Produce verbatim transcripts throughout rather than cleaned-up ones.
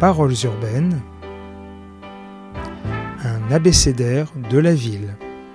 Paroles urbaines, un abécédaire de la ville.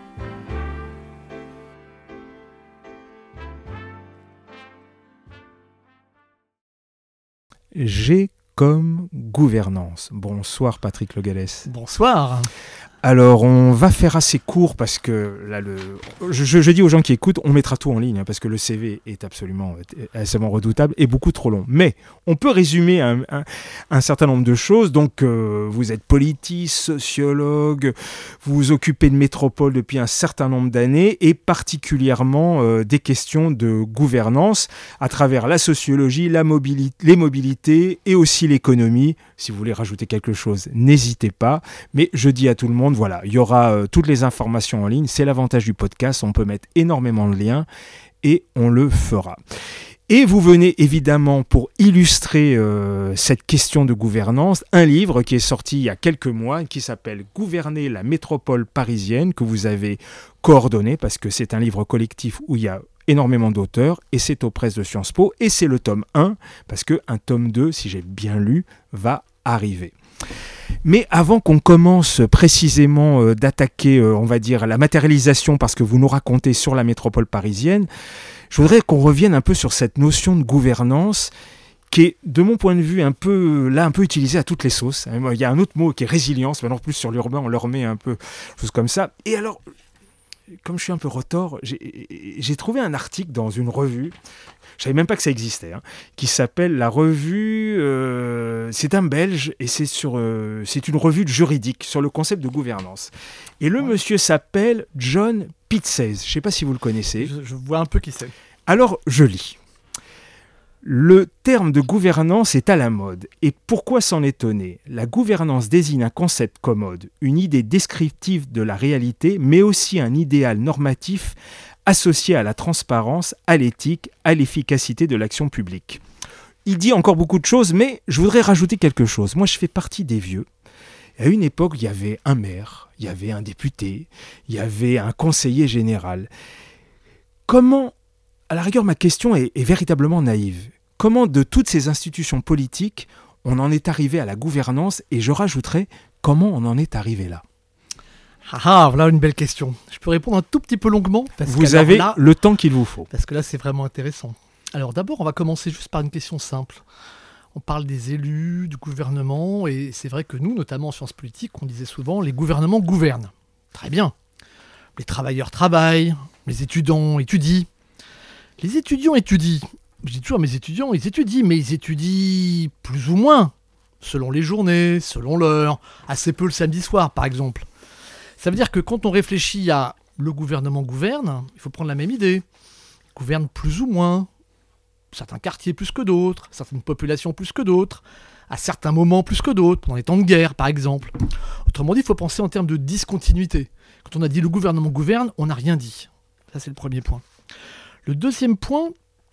G comme gouvernance. Bonsoir Patrick Le Gallès. Bonsoir. Alors, on va faire assez court parce que là, le... je, je, je dis aux gens qui écoutent, on mettra tout en ligne hein, parce que le C V est absolument, absolument redoutable et beaucoup trop long. Mais on peut résumer un, un, un certain nombre de choses. Donc, euh, vous êtes politiste, sociologue, vous vous occupez de métropole depuis un certain nombre d'années et particulièrement euh, des questions de gouvernance à travers la sociologie, la mobilité, les mobilités et aussi l'économie. Si vous voulez rajouter quelque chose, n'hésitez pas. Mais je dis à tout le monde, voilà, il y aura euh, toutes les informations en ligne. C'est l'avantage du podcast, on peut mettre énormément de liens et on le fera. Et vous venez évidemment pour illustrer euh, cette question de gouvernance, un livre qui est sorti il y a quelques mois qui s'appelle « Gouverner la métropole parisienne » que vous avez coordonné parce que c'est un livre collectif où il y a énormément d'auteurs et c'est aux presses de Sciences Po et c'est le tome un parce qu'un tome deux, si j'ai bien lu, va arriver. Mais avant qu'on commence précisément euh, d'attaquer, euh, on va dire, la matérialisation parce que vous nous racontez sur la métropole parisienne, je voudrais qu'on revienne un peu sur cette notion de gouvernance qui est, de mon point de vue, un peu, là, un peu utilisée à toutes les sauces. Il y a un autre mot qui est résilience, mais en plus sur l'urbain, on le remet un peu, chose comme ça. Et alors, comme je suis un peu retors, j'ai, j'ai trouvé un article dans une revue, je ne savais même pas que ça existait, hein, qui s'appelle la revue, euh, c'est un Belge, et c'est, sur, euh, c'est une revue juridique sur le concept de gouvernance. Et le ouais. monsieur s'appelle John Pitzes, je ne sais pas si vous le connaissez. Je, je vois un peu qui c'est. Alors, je lis. Le terme de gouvernance est à la mode. Et pourquoi s'en étonner ? La gouvernance désigne un concept commode, une idée descriptive de la réalité, mais aussi un idéal normatif associé à la transparence, à l'éthique, à l'efficacité de l'action publique. Il dit encore beaucoup de choses, mais je voudrais rajouter quelque chose. Moi, je fais partie des vieux. À une époque, il y avait un maire, il y avait un député, il y avait un conseiller général. Comment, à la rigueur, ma question est, est véritablement naïve. Comment, de toutes ces institutions politiques, on en est arrivé à la gouvernance ? Et je rajouterais, comment on en est arrivé là ? Ah ah, voilà une belle question. Je peux répondre un tout petit peu longuement. Parce vous avez là, le temps qu'il vous faut. Parce que là, c'est vraiment intéressant. Alors d'abord, on va commencer juste par une question simple. On parle des élus, du gouvernement, et c'est vrai que nous, notamment en sciences politiques, on disait souvent, les gouvernements gouvernent. Très bien. Les travailleurs travaillent, les étudiants étudient. Les étudiants étudient. Je dis toujours, mes étudiants, ils étudient, mais ils étudient plus ou moins, selon les journées, selon l'heure, assez peu le samedi soir, par exemple. Ça veut dire que quand on réfléchit à le gouvernement gouverne, il faut prendre la même idée. Il gouverne plus ou moins, certains quartiers plus que d'autres, certaines populations plus que d'autres, à certains moments plus que d'autres, pendant les temps de guerre par exemple. Autrement dit, il faut penser en termes de discontinuité. Quand on a dit le gouvernement gouverne, on n'a rien dit. Ça, c'est le premier point. Le deuxième point,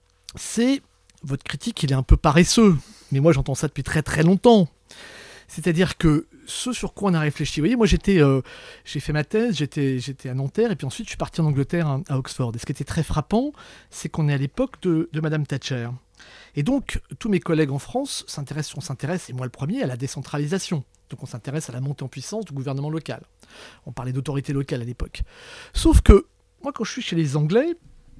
c'est votre critique, il est un peu paresseux, mais moi j'entends ça depuis très très longtemps. C'est-à-dire que ce sur quoi on a réfléchi, vous voyez, moi j'étais, euh, j'ai fait ma thèse, j'étais, j'étais à Nanterre, et puis ensuite je suis parti en Angleterre, à, à Oxford. Et ce qui était très frappant, c'est qu'on est à l'époque de, de Madame Thatcher. Et donc, tous mes collègues en France s'intéressent, on s'intéresse, et moi le premier, à la décentralisation. Donc on s'intéresse à la montée en puissance du gouvernement local. On parlait d'autorité locale à l'époque. Sauf que, moi quand je suis chez les Anglais,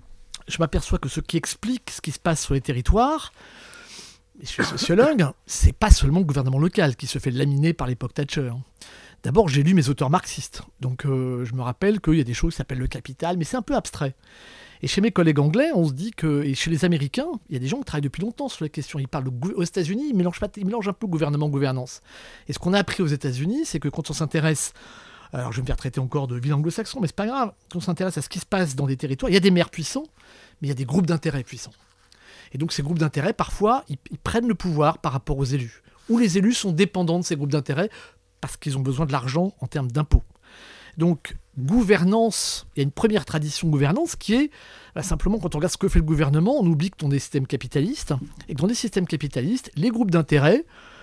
je m'aperçois que ce qui explique ce qui se passe sur les territoires, et je suis sociologue, c'est pas seulement le gouvernement local qui se fait laminer par l'époque Thatcher. D'abord, j'ai lu mes auteurs marxistes, donc euh, je me rappelle qu'il y a des choses qui s'appellent le capital, mais c'est un peu abstrait. Et chez mes collègues anglais, on se dit que, et chez les Américains, il y a des gens qui travaillent depuis longtemps sur la question. Ils parlent de, aux États-Unis, ils mélangent, pas, ils mélangent un peu gouvernement-gouvernance. Et ce qu'on a appris aux États-Unis, c'est que quand on s'intéresse, alors je vais me faire traiter encore de ville anglo-saxon, mais c'est pas grave, quand on s'intéresse à ce qui se passe dans des territoires, il y a des maires puissants, mais il y a des groupes d'intérêts puissants. Et donc ces groupes d'intérêts, parfois, ils, ils prennent le pouvoir par rapport aux élus. Ou les élus sont dépendants de ces groupes d'intérêts parce qu'ils ont besoin de l'argent en termes d'impôts. Donc, gouvernance, il y a une première tradition de gouvernance qui est, bah, simplement, quand on regarde ce que fait le gouvernement, on oublie que dans des systèmes capitalistes, et que dans des systèmes capitalistes, les groupes d'intérêts,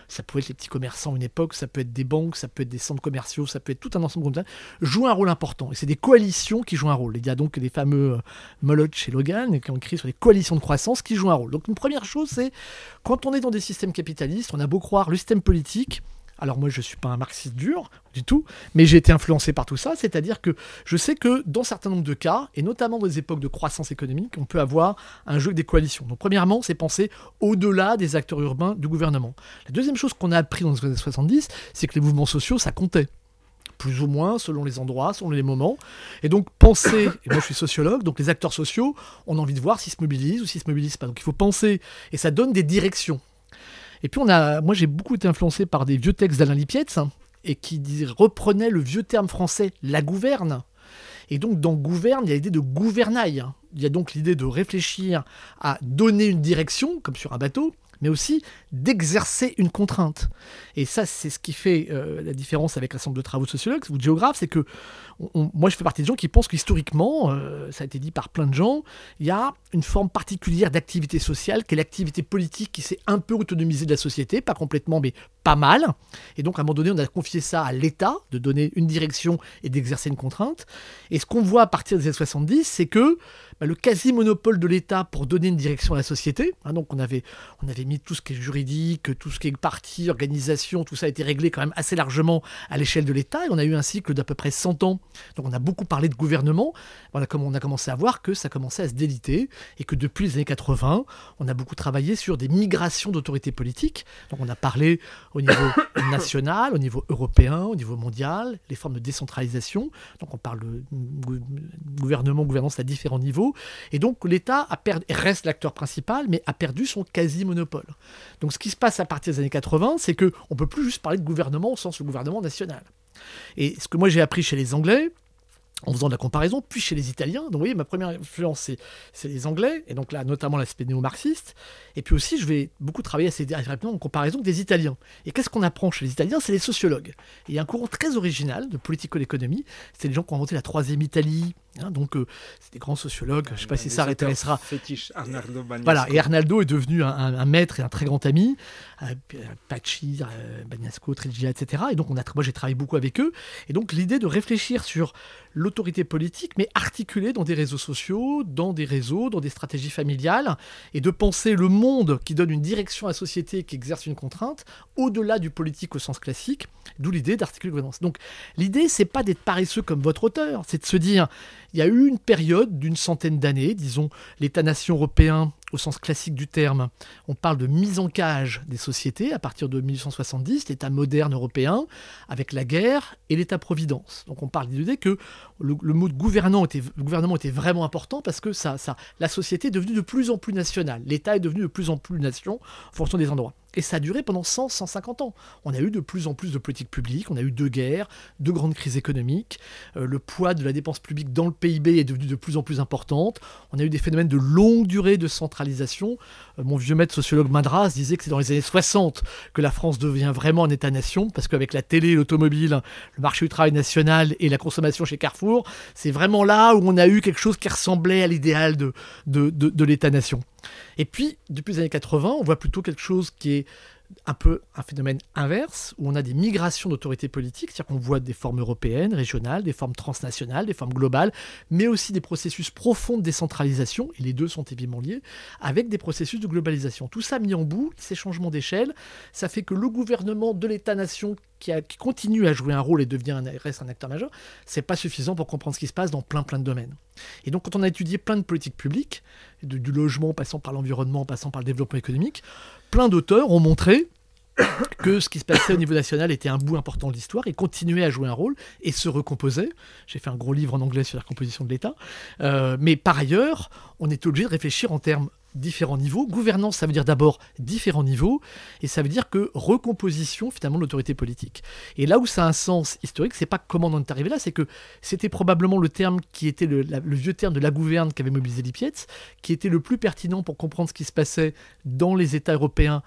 ça peut être les petits commerçants à une époque, ça peut être des banques, ça peut être des centres commerciaux, ça peut être tout un ensemble comme ça, jouent un rôle important. Et c'est des coalitions qui jouent un rôle. Il y a donc des fameux euh, Moloch et Logan qui ont écrit sur les coalitions de croissance qui jouent un rôle. Donc une première chose, c'est quand on est dans des systèmes capitalistes, on a beau croire le système politique. Alors moi, je ne suis pas un marxiste dur du tout, mais j'ai été influencé par tout ça, c'est-à-dire que je sais que dans certains nombre de cas, et notamment dans des époques de croissance économique, on peut avoir un jeu des coalitions. Donc premièrement, c'est penser au-delà des acteurs urbains du gouvernement. La deuxième chose qu'on a appris dans les années soixante-dix, c'est que les mouvements sociaux, ça comptait. Plus ou moins, selon les endroits, selon les moments. Et donc penser, et moi je suis sociologue, donc les acteurs sociaux, on a envie de voir s'ils se mobilisent ou s'ils se mobilisent pas. Donc il faut penser, et ça donne des directions. Et puis, on a, moi, j'ai beaucoup été influencé par des vieux textes d'Alain Lipietz, hein, et qui dis, reprenait le vieux terme français « la gouverne ». Et donc, dans « gouverne », il y a l'idée de gouvernail. Hein. Il y a donc l'idée de réfléchir à donner une direction, comme sur un bateau, mais aussi d'exercer une contrainte. Et ça, c'est ce qui fait euh, la différence avec l'ensemble de travaux de sociologues ou de géographes, c'est que on, on, moi, je fais partie des gens qui pensent qu'historiquement, euh, ça a été dit par plein de gens, il y a une forme particulière d'activité sociale, qui est l'activité politique qui s'est un peu autonomisée de la société, pas complètement, mais pas mal. Et donc, à un moment donné, on a confié ça à l'État, de donner une direction et d'exercer une contrainte. Et ce qu'on voit à partir des années soixante-dix, c'est que bah, le quasi-monopole de l'État pour donner une direction à la société, hein, donc on avait, on avait mis tout ce qui est juridique, tout ce qui est parti, organisation, tout ça a été réglé quand même assez largement à l'échelle de l'État, et on a eu un cycle d'à peu près cent ans. Donc on a beaucoup parlé de gouvernement, on a, on a commencé à voir que ça commençait à se déliter, et que depuis les années quatre-vingts, on a beaucoup travaillé sur des migrations d'autorités politiques. Donc on a parlé au niveau national, au niveau européen, au niveau mondial, les formes de décentralisation. Donc on parle de gouvernement, gouvernance à différents niveaux. Et donc l'État a perdu, reste l'acteur principal, mais a perdu son quasi-monopole. Donc ce qui se passe à partir des années quatre-vingts, c'est qu'on ne peut plus juste parler de gouvernement au sens du gouvernement national. Et ce que moi j'ai appris chez les Anglais, en faisant de la comparaison, puis chez les Italiens. Donc vous voyez, ma première influence, c'est, c'est les Anglais, et donc là, notamment l'aspect néo-marxiste. Et puis aussi, je vais beaucoup travailler assez directement en comparaison des Italiens. Et qu'est-ce qu'on apprend chez les Italiens? C'est les sociologues. Et il y a un courant très original de politico-économie. C'est les gens qui ont inventé la troisième Italie. Hein, donc, euh, c'est des grands sociologues. Je ne sais pas si ça intéressera. Fétiche, Arnaldo Bagnasco. Voilà, et Arnaldo est devenu un, un, un maître et un très grand ami. Euh, Pacci, euh, Bagnasco, Triglia, et cetera. Et donc, on a, moi, j'ai travaillé beaucoup avec eux. Et donc, l'idée de réfléchir sur l'autorité politique, mais articulée dans des réseaux sociaux, dans des réseaux, dans des stratégies familiales, et de penser le monde qui donne une direction à la société, qui exerce une contrainte, au-delà du politique au sens classique, d'où l'idée d'articuler la gouvernance. Donc l'idée, c'est pas d'être paresseux comme votre auteur, c'est de se dire, il y a eu une période d'une centaine d'années, disons l'État-nation européen au sens classique du terme, on parle de mise en cage des sociétés à partir de mille huit cent soixante-dix, l'État moderne européen, avec la guerre et l'État-providence. Donc on parle de l'idée que le, le mot de gouvernant était, le gouvernement était vraiment important parce que ça, ça, la société est devenue de plus en plus nationale. L'État est devenu de plus en plus nation en fonction des endroits. Et ça a duré pendant cent à cent cinquante ans. On a eu de plus en plus de politiques publiques, on a eu deux guerres, deux grandes crises économiques, euh, le poids de la dépense publique dans le P I B est devenu de plus en plus importante, on a eu des phénomènes de longue durée de centralisation. Euh, mon vieux maître sociologue Madras disait que c'est dans les années soixante que la France devient vraiment un État-nation, parce qu'avec la télé, l'automobile, le marché du travail national et la consommation chez Carrefour, c'est vraiment là où on a eu quelque chose qui ressemblait à l'idéal de, de, de, de l'État-nation. Et puis, depuis les années quatre-vingts, on voit plutôt quelque chose qui est un peu un phénomène inverse, où on a des migrations d'autorités politiques, c'est-à-dire qu'on voit des formes européennes, régionales, des formes transnationales, des formes globales, mais aussi des processus profonds de décentralisation, et les deux sont évidemment liés, avec des processus de globalisation. Tout ça mis en bout, ces changements d'échelle, ça fait que le gouvernement de l'État-nation qui, a, qui continue à jouer un rôle et devient un, reste un acteur majeur, c'est pas suffisant pour comprendre ce qui se passe dans plein plein de domaines. Et donc quand on a étudié plein de politiques publiques, de, du logement passant par l'environnement, passant par le développement économique, plein d'auteurs ont montré que ce qui se passait au niveau national était un bout important de l'histoire et continuait à jouer un rôle et se recomposait. J'ai fait un gros livre en anglais sur la recomposition de l'État. Euh, mais par ailleurs, on est obligé de réfléchir en termes différents niveaux. Gouvernance, ça veut dire d'abord différents niveaux, et ça veut dire que recomposition finalement de l'autorité politique. Et là où ça a un sens historique, c'est pas comment on est arrivé là, c'est que c'était probablement le terme qui était le, la, le vieux terme de la gouverne qu'avait mobilisé Lipietz, qui était le plus pertinent pour comprendre ce qui se passait dans les États européens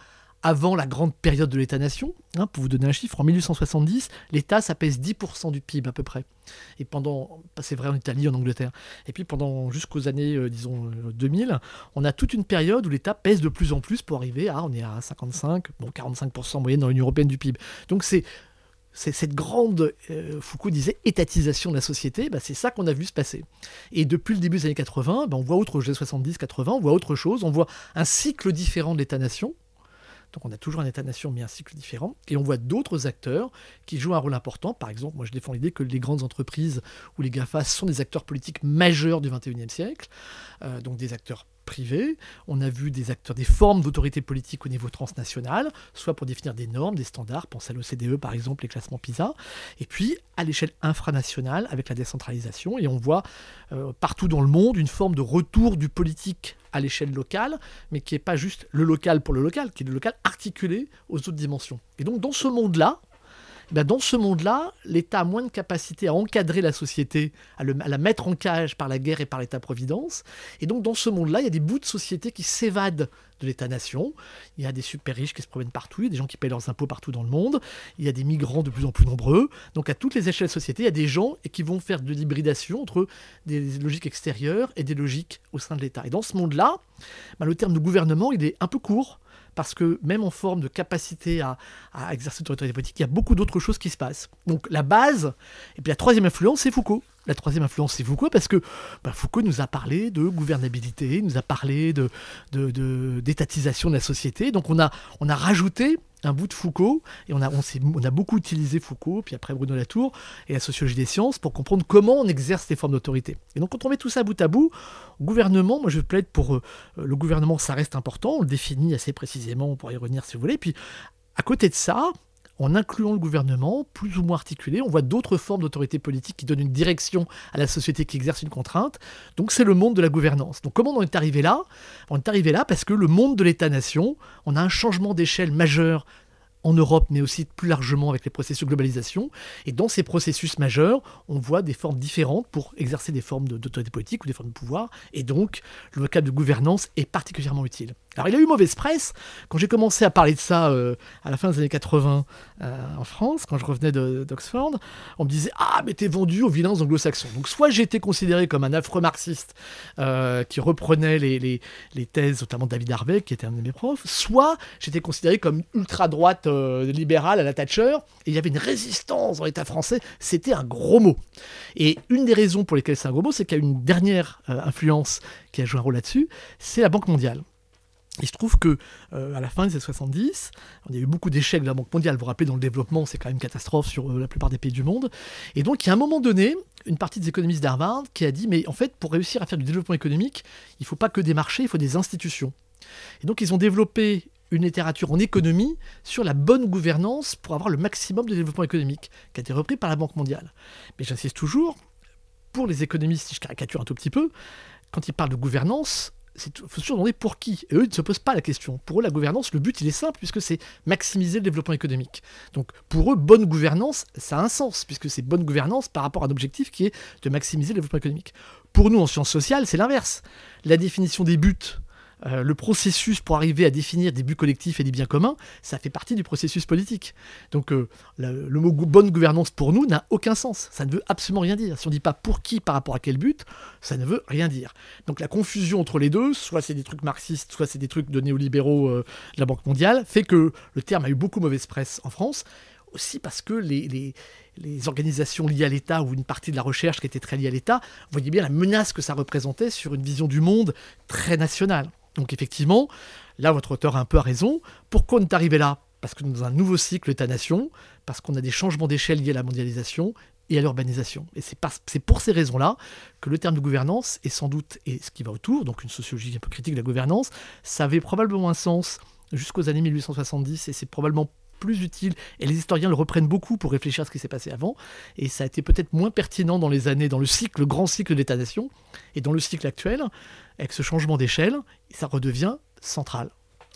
avant la grande période de l'État-nation, hein, pour vous donner un chiffre, en mille huit cent soixante-dix, l'État, ça pèse dix pour cent du P I B à peu près. Et pendant, c'est vrai en Italie, en Angleterre, et puis pendant jusqu'aux années, euh, disons, euh, deux mille, on a toute une période où l'État pèse de plus en plus pour arriver à, on est à cinquante-cinq, bon, quarante-cinq pour cent en moyenne dans l'Union européenne du P I B. Donc c'est, c'est cette grande, euh, Foucault disait, étatisation de la société, bah, c'est ça qu'on a vu se passer. Et depuis le début des années quatre-vingts, bah, on voit autre chose, soixante-dix quatre-vingts, on voit autre chose, on voit un cycle différent de l'État-nation. Donc on a toujours un État-nation, mais un cycle différent. Et on voit d'autres acteurs qui jouent un rôle important. Par exemple, moi je défends l'idée que les grandes entreprises ou les GAFA sont des acteurs politiques majeurs du vingt et unième siècle, euh, donc des acteurs privés. On a vu des acteurs, des formes d'autorité politique au niveau transnational, soit pour définir des normes, des standards, pense à l'O C D E par exemple, les classements PISA, et puis à l'échelle infranationale avec la décentralisation. Et on voit euh, partout dans le monde une forme de retour du politique à l'échelle locale, mais qui n'est pas juste le local pour le local, qui est le local articulé aux autres dimensions. Et donc dans ce monde-là, eh bien, dans ce monde-là, l'État a moins de capacité à encadrer la société, à, le, à la mettre en cage par la guerre et par l'État-providence. Et donc dans ce monde-là, il y a des bouts de société qui s'évadent de l'État-nation. Il y a des super riches qui se promènent partout, il y a des gens qui payent leurs impôts partout dans le monde, il y a des migrants de plus en plus nombreux. Donc à toutes les échelles de société, il y a des gens qui vont faire de l'hybridation entre des logiques extérieures et des logiques au sein de l'État. Et dans ce monde-là, ben, le terme de gouvernement, il est un peu court, parce que même en forme de capacité à, à exercer l'autorité politique, il y a beaucoup d'autres choses qui se passent. Donc la base, et puis la troisième influence, c'est Foucault. La troisième influence, c'est Foucault, parce que bah, Foucault nous a parlé de gouvernabilité, nous a parlé de, de, de, d'étatisation de la société. Donc on a, on a rajouté un bout de Foucault, et on a, on, s'est, on a beaucoup utilisé Foucault, puis après Bruno Latour, et la sociologie des sciences, pour comprendre comment on exerce ces formes d'autorité. Et donc quand on met tout ça bout à bout, gouvernement, moi je plaide pour... Euh, le gouvernement, ça reste important, on le définit assez précisément, on pourra y revenir si vous voulez, puis à côté de ça, en incluant le gouvernement, plus ou moins articulé, on voit d'autres formes d'autorité politique qui donnent une direction à la société qui exerce une contrainte. Donc c'est le monde de la gouvernance. Donc comment on est arrivé là ? On est arrivé là parce que le monde de l'État-nation, on a un changement d'échelle majeur en Europe, mais aussi plus largement avec les processus de globalisation. Et dans ces processus majeurs, on voit des formes différentes pour exercer des formes de, d'autorité politique ou des formes de pouvoir. Et donc, le vocable de gouvernance est particulièrement utile. Alors, il a eu mauvaise presse. Quand j'ai commencé à parler de ça euh, à la fin des années quatre-vingts euh, en France, quand je revenais de, d'Oxford, on me disait « Ah, mais t'es vendu aux vilains anglo-saxons ». Donc, soit j'étais considéré comme un affreux marxiste euh, qui reprenait les, les, les thèses, notamment de David Harvey, qui était un de mes profs, soit j'étais considéré comme ultra-droite euh, libérale à la Thatcher, et il y avait une résistance dans l'État français. C'était un gros mot. Et une des raisons pour lesquelles c'est un gros mot, c'est qu'il y a une dernière euh, influence qui a joué un rôle là-dessus, c'est la Banque mondiale. Il se trouve que euh, à la fin des années soixante-dix, il y a eu beaucoup d'échecs de la Banque mondiale. Vous vous rappelez, dans le développement, c'est quand même une catastrophe sur euh, la plupart des pays du monde. Et donc, il y a un moment donné, une partie des économistes d'Harvard qui a dit, mais en fait, pour réussir à faire du développement économique, il ne faut pas que des marchés, il faut des institutions. Et donc, ils ont développé une littérature en économie sur la bonne gouvernance pour avoir le maximum de développement économique, qui a été repris par la Banque mondiale. Mais j'insiste toujours, pour les économistes, si je caricature un tout petit peu, quand ils parlent de gouvernance, il faut toujours demander pour qui. Et eux, ils ne se posent pas la question. Pour eux, la gouvernance, le but, il est simple, puisque c'est maximiser le développement économique. Donc, pour eux, bonne gouvernance, ça a un sens, puisque c'est bonne gouvernance par rapport à un objectif qui est de maximiser le développement économique. Pour nous, en sciences sociales, c'est l'inverse. La définition des buts, euh, le processus pour arriver à définir des buts collectifs et des biens communs, ça fait partie du processus politique. Donc, euh, le, le mot bonne gouvernance, pour nous, n'a aucun sens. Ça ne veut absolument rien dire. Si on ne dit pas pour qui, par rapport à quel but, ça ne veut rien dire. Donc la confusion entre les deux, soit c'est des trucs marxistes, soit c'est des trucs de néolibéraux euh, de la Banque mondiale, fait que le terme a eu beaucoup mauvaise presse en France, aussi parce que les, les, les organisations liées à l'État, ou une partie de la recherche qui était très liée à l'État, voyaient bien la menace que ça représentait sur une vision du monde très nationale. Donc effectivement, là votre auteur a un peu raison. Pourquoi on est arrivé là ? Parce que nous dans un nouveau cycle État-nation, parce qu'on a des changements d'échelle liés à la mondialisation, et à l'urbanisation. Et c'est, pas, c'est pour ces raisons-là que le terme de gouvernance est sans doute, et ce qui va autour, donc une sociologie un peu critique de la gouvernance, ça avait probablement un sens jusqu'aux années mille huit cent soixante-dix, et c'est probablement plus utile, et les historiens le reprennent beaucoup pour réfléchir à ce qui s'est passé avant, et ça a été peut-être moins pertinent dans les années, dans le cycle, le grand cycle de l'État-nation, et dans le cycle actuel, avec ce changement d'échelle, ça redevient central.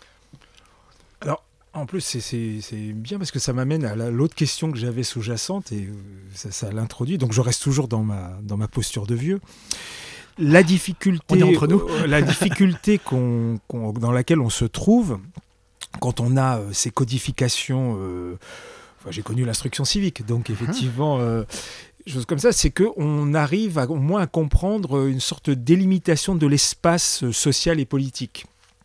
Alors, en plus, c'est, c'est, c'est bien parce que ça m'amène à la, l'autre question que j'avais sous-jacente et euh, ça, ça l'introduit. Donc, je reste toujours dans ma, dans ma posture de vieux. La difficulté, on est entre nous. euh, la difficulté qu'on, qu'on, dans laquelle on se trouve, quand on a euh, ces codifications, euh, enfin, j'ai connu l'instruction civique, donc effectivement, euh, choses comme ça, c'est qu'on arrive à, au moins à comprendre une sorte de délimitation de l'espace social et politique.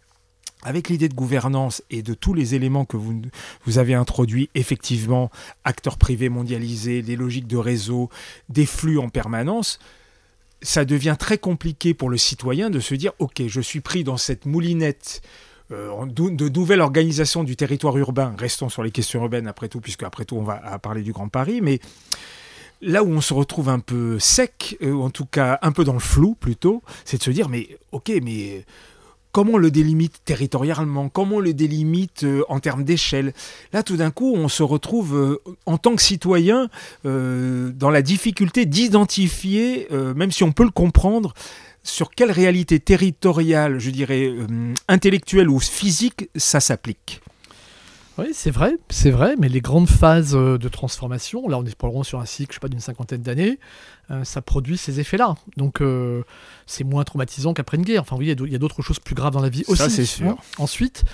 Avec l'idée de gouvernance et de tous les éléments que vous, vous avez introduits, effectivement, acteurs privés mondialisés, des logiques de réseau, des flux en permanence, ça devient très compliqué pour le citoyen de se dire « Ok, je suis pris dans cette moulinette euh, de nouvelle organisation du territoire urbain. » Restons sur les questions urbaines après tout, puisque après tout, on va parler du Grand Paris. Mais là où on se retrouve un peu sec, euh, ou en tout cas un peu dans le flou plutôt, c'est de se dire « Mais ok, mais... » Comment on le délimite territorialement? Comment on le délimite euh, en termes d'échelle? Là, tout d'un coup, on se retrouve euh, en tant que citoyen euh, dans la difficulté d'identifier, euh, même si on peut le comprendre, sur quelle réalité territoriale, je dirais, euh, intellectuelle ou physique, ça s'applique. Oui, c'est vrai, c'est vrai, mais les grandes phases de transformation, là on est probablement sur un cycle, je sais pas, d'une cinquantaine d'années, euh, ça produit ces effets-là. Donc euh, c'est moins traumatisant qu'après une guerre. Enfin, oui, il y a d'autres choses plus graves dans la vie aussi. Ça, c'est sûr. Hein. Ensuite,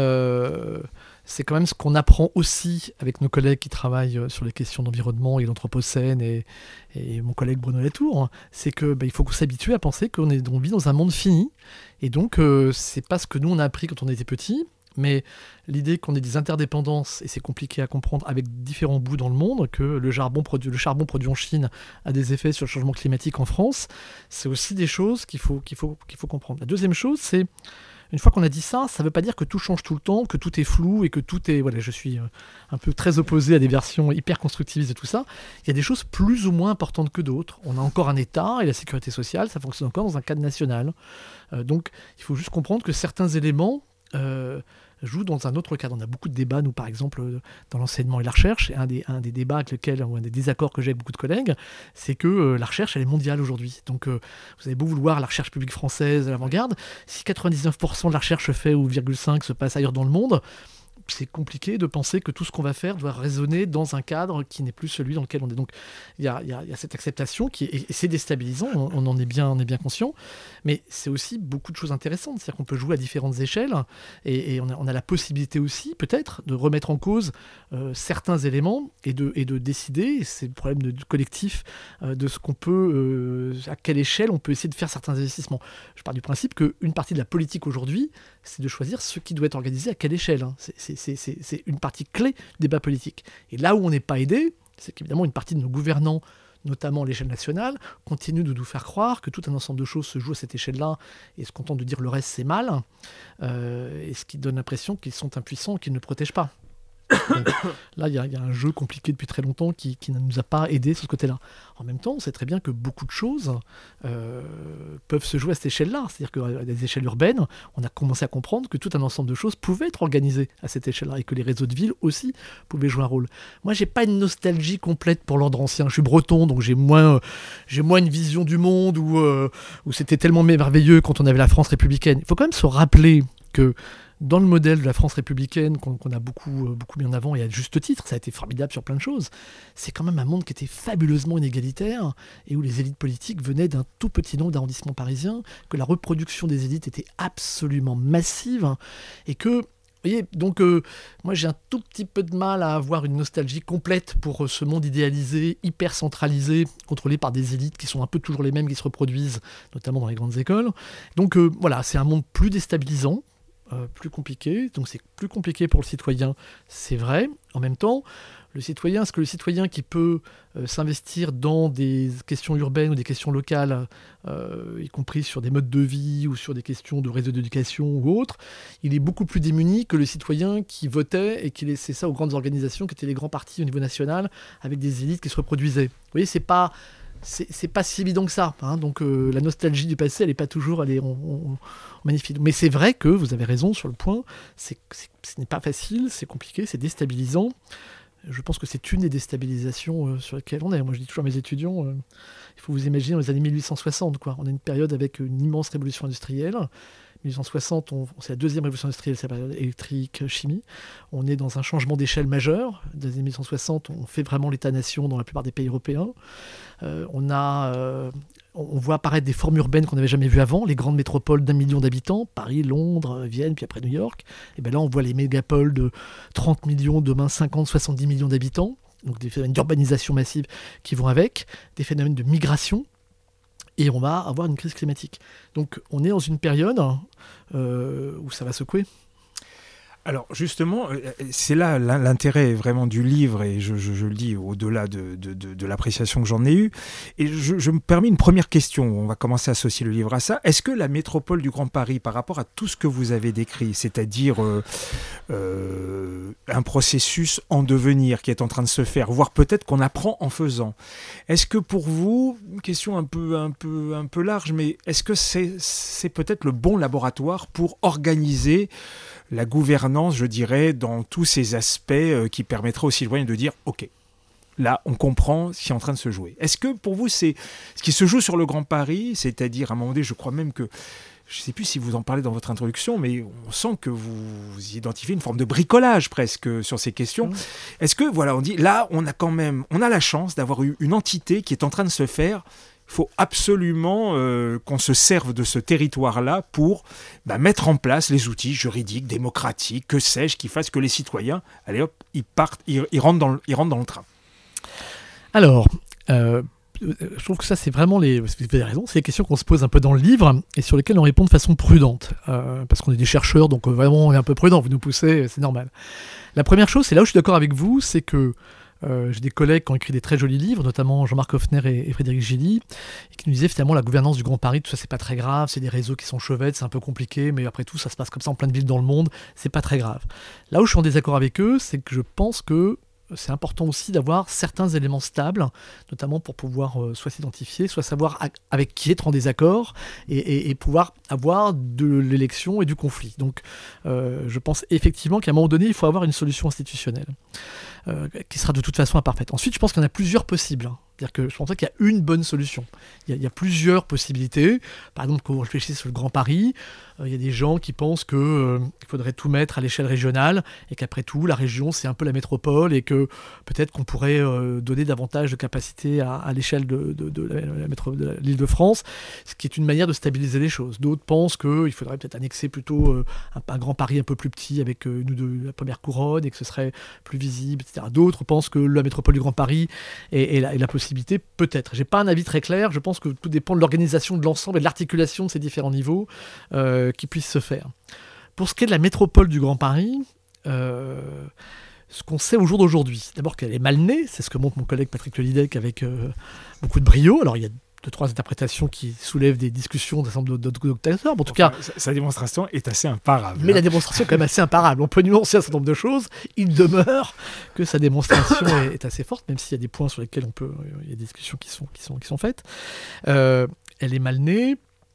euh, c'est quand même ce qu'on apprend aussi avec nos collègues qui travaillent sur les questions d'environnement et d'anthropocène et, et mon collègue Bruno Latour, hein, c'est que bah, il faut qu'on s'habitue à penser qu'on est, on vit dans un monde fini. Et donc, euh, c'est pas ce que nous on a appris quand on était petits. Mais l'idée qu'on ait des interdépendances, et c'est compliqué à comprendre, avec différents bouts dans le monde, que le charbon produit, le charbon produit en Chine a des effets sur le changement climatique en France, c'est aussi des choses qu'il faut, qu'il faut, qu'il faut comprendre. La deuxième chose, c'est, une fois qu'on a dit ça, ça ne veut pas dire que tout change tout le temps, que tout est flou et que tout est... Voilà, je suis un peu très opposé à des versions hyper constructivistes de tout ça. Il y a des choses plus ou moins importantes que d'autres. On a encore un État et la sécurité sociale, ça fonctionne encore dans un cadre national. Euh, donc, il faut juste comprendre que certains éléments... Euh, joue dans un autre cadre. On a beaucoup de débats, nous, par exemple, dans l'enseignement et la recherche. Et un des, un des débats avec lesquels, ou un des désaccords que j'ai avec beaucoup de collègues, c'est que euh, la recherche, elle est mondiale aujourd'hui. Donc, euh, vous avez beau vouloir la recherche publique française à l'avant-garde, si quatre-vingt-dix-neuf pour cent de la recherche fait ou virgule cinq se passe ailleurs dans le monde, c'est compliqué de penser que tout ce qu'on va faire doit résonner dans un cadre qui n'est plus celui dans lequel on est. Donc, il y a, y a, y a cette acceptation qui est, et c'est déstabilisant, on, on en est bien, on est bien conscient, mais c'est aussi beaucoup de choses intéressantes. C'est-à-dire qu'on peut jouer à différentes échelles et, et on, a, on a la possibilité aussi, peut-être, de remettre en cause euh, certains éléments et de, et de décider, et c'est le problème de, du collectif, euh, de ce qu'on peut, euh, à quelle échelle on peut essayer de faire certains investissements. Je pars du principe qu'une partie de la politique aujourd'hui, c'est de choisir ce qui doit être organisé à quelle échelle. Hein. C'est, c'est C'est, c'est, c'est une partie clé du débat politique. Et là où on n'est pas aidé, c'est qu'évidemment une partie de nos gouvernants, notamment à l'échelle nationale, continue de nous faire croire que tout un ensemble de choses se joue à cette échelle-là et se contentent de dire le reste c'est mal, euh, et ce qui donne l'impression qu'ils sont impuissants, qu'ils ne protègent pas. Donc, là, il y, y a un jeu compliqué depuis très longtemps qui, qui ne nous a pas aidés sur ce côté-là. En même temps, on sait très bien que beaucoup de choses euh, peuvent se jouer à cette échelle-là. C'est-à-dire qu'à des échelles urbaines, on a commencé à comprendre que tout un ensemble de choses pouvaient être organisées à cette échelle-là et que les réseaux de villes aussi pouvaient jouer un rôle. Moi, j'ai pas une nostalgie complète pour l'ordre ancien. Je suis breton, donc j'ai moins, euh, j'ai moins une vision du monde où, euh, où c'était tellement merveilleux quand on avait la France républicaine. Il faut quand même se rappeler que dans le modèle de la France républicaine, qu'on, qu'on a beaucoup, euh, beaucoup mis en avant, et à juste titre, ça a été formidable sur plein de choses, c'est quand même un monde qui était fabuleusement inégalitaire, et où les élites politiques venaient d'un tout petit nombre d'arrondissements parisiens, que la reproduction des élites était absolument massive, et que, vous voyez, donc euh, moi j'ai un tout petit peu de mal à avoir une nostalgie complète pour euh, ce monde idéalisé, hyper centralisé, contrôlé par des élites qui sont un peu toujours les mêmes, qui se reproduisent, notamment dans les grandes écoles. Donc euh, voilà, c'est un monde plus déstabilisant, Euh, plus compliqué, donc c'est plus compliqué pour le citoyen, c'est vrai. En même temps, le citoyen, est-ce que le citoyen qui peut euh, s'investir dans des questions urbaines ou des questions locales, euh, y compris sur des modes de vie ou sur des questions de réseau d'éducation ou autres, il est beaucoup plus démuni que le citoyen qui votait et qui laissait ça aux grandes organisations qui étaient les grands partis au niveau national avec des élites qui se reproduisaient. Vous voyez, c'est pas... C'est, c'est pas si évident que ça, hein. Donc euh, la nostalgie du passé, elle n'est pas toujours, elle est, on, on, on magnifique. Mais c'est vrai que vous avez raison sur le point, c'est, c'est, ce n'est pas facile, c'est compliqué, c'est déstabilisant. Je pense que c'est une des déstabilisations euh, sur lesquelles on est. Moi je dis toujours à mes étudiants, euh, il faut vous imaginer dans les années mille huit cent soixante, quoi. On a une période avec une immense révolution industrielle. mille huit cent soixante, on, c'est la deuxième révolution industrielle, c'est la période électrique, chimie. On est dans un changement d'échelle majeur. Dans les années mille huit cent soixante, on fait vraiment l'État-nation dans la plupart des pays européens. Euh, on a euh, on voit apparaître des formes urbaines qu'on n'avait jamais vues avant, les grandes métropoles d'un million d'habitants, Paris, Londres, Vienne, puis après New York. Et bien là, on voit les mégapoles de trente millions, demain cinquante, soixante-dix millions d'habitants, donc des phénomènes d'urbanisation massive qui vont avec, des phénomènes de migration, et on va avoir une crise climatique. Donc on est dans une période euh, où ça va secouer. Alors justement, c'est là l'intérêt vraiment du livre, et je, je, je le dis au-delà de, de, de, de l'appréciation que j'en ai eue. Et je, je me permets une première question, on va commencer à associer le livre à ça. Est-ce que la métropole du Grand Paris, par rapport à tout ce que vous avez décrit, c'est-à-dire euh, euh, un processus en devenir qui est en train de se faire, voire peut-être qu'on apprend en faisant, est-ce que pour vous, une question un peu, un peu, un peu large, mais est-ce que c'est, c'est peut-être le bon laboratoire pour organiser la gouvernance, je dirais, dans tous ces aspects euh, qui permettraient aux citoyens de dire « Ok, là, on comprend ce qui est en train de se jouer ». Est-ce que pour vous, c'est ce qui se joue sur le Grand Paris, c'est-à-dire, à un moment donné, je crois même que, je ne sais plus si vous en parlez dans votre introduction, mais on sent que vous, vous identifiez une forme de bricolage presque sur ces questions. Mmh. Est-ce que, voilà, on dit, là, on a quand même, on a la chance d'avoir eu une entité qui est en train de se faire. Il faut absolument euh, qu'on se serve de ce territoire-là pour bah, mettre en place les outils juridiques, démocratiques, que sais-je, qui fassent que les citoyens, allez hop, ils partent, ils, ils, rentrent, dans le, ils rentrent dans le train. Alors, euh, je trouve que ça, c'est vraiment les... Vous avez raison, c'est les questions qu'on se pose un peu dans le livre et sur lesquelles on répond de façon prudente. Euh, parce qu'on est des chercheurs, donc vraiment, on est un peu prudent. Vous nous poussez, c'est normal. La première chose, c'est là où je suis d'accord avec vous, c'est que Euh, j'ai des collègues qui ont écrit des très jolis livres, notamment Jean-Marc Hoffner et, et Frédéric Gilly, et qui nous disaient finalement la gouvernance du Grand Paris, tout ça c'est pas très grave, c'est des réseaux qui sont chevêtres, c'est un peu compliqué, mais après tout ça se passe comme ça en plein de villes dans le monde, c'est pas très grave. Là où je suis en désaccord avec eux, c'est que je pense que c'est important aussi d'avoir certains éléments stables, notamment pour pouvoir euh, soit s'identifier, soit savoir a- avec qui être en désaccord et, et, et pouvoir avoir de l'élection et du conflit. Donc euh, je pense effectivement qu'à un moment donné, il faut avoir une solution institutionnelle. Euh, qui sera de toute façon imparfaite. Ensuite, je pense qu'il y en a plusieurs possibles. Hein. C'est-à-dire que je pense pas qu'il y a une bonne solution. Il y a, il y a plusieurs possibilités. Par exemple, quand vous réfléchissez sur le Grand Paris, euh, il y a des gens qui pensent qu'il euh, faudrait tout mettre à l'échelle régionale et qu'après tout, la région, c'est un peu la métropole et que peut-être qu'on pourrait euh, donner davantage de capacité à, à l'échelle de, de, de, la, la métro, de l'Île-de-France, ce qui est une manière de stabiliser les choses. D'autres pensent qu'il faudrait peut-être annexer plutôt euh, un, un Grand Paris un peu plus petit avec euh, une ou deux, la première couronne et que ce serait plus visible, et cetera. D'autres pensent que la métropole du Grand Paris est, est, la, est la possibilité, peut-être. J'ai pas un avis très clair, je pense que tout dépend de l'organisation de l'ensemble et de l'articulation de ces différents niveaux euh, qui puissent se faire. Pour ce qui est de la métropole du Grand Paris, euh, ce qu'on sait au jour d'aujourd'hui, d'abord qu'elle est mal née, c'est ce que montre mon collègue Patrick Lelydec avec euh, beaucoup de brio. Alors il y a deux, trois interprétations qui soulèvent des discussions d'un certain nombre d'observateurs. En tout enfin, cas, sa, sa démonstration est assez imparable. Mais hein. La démonstration est quand même assez imparable. On peut nuancer un certain nombre de choses. Il demeure que sa démonstration est, est assez forte, même s'il y a des points sur lesquels on peut, il y a des discussions qui sont, qui sont, qui sont faites. Euh, elle est mal née.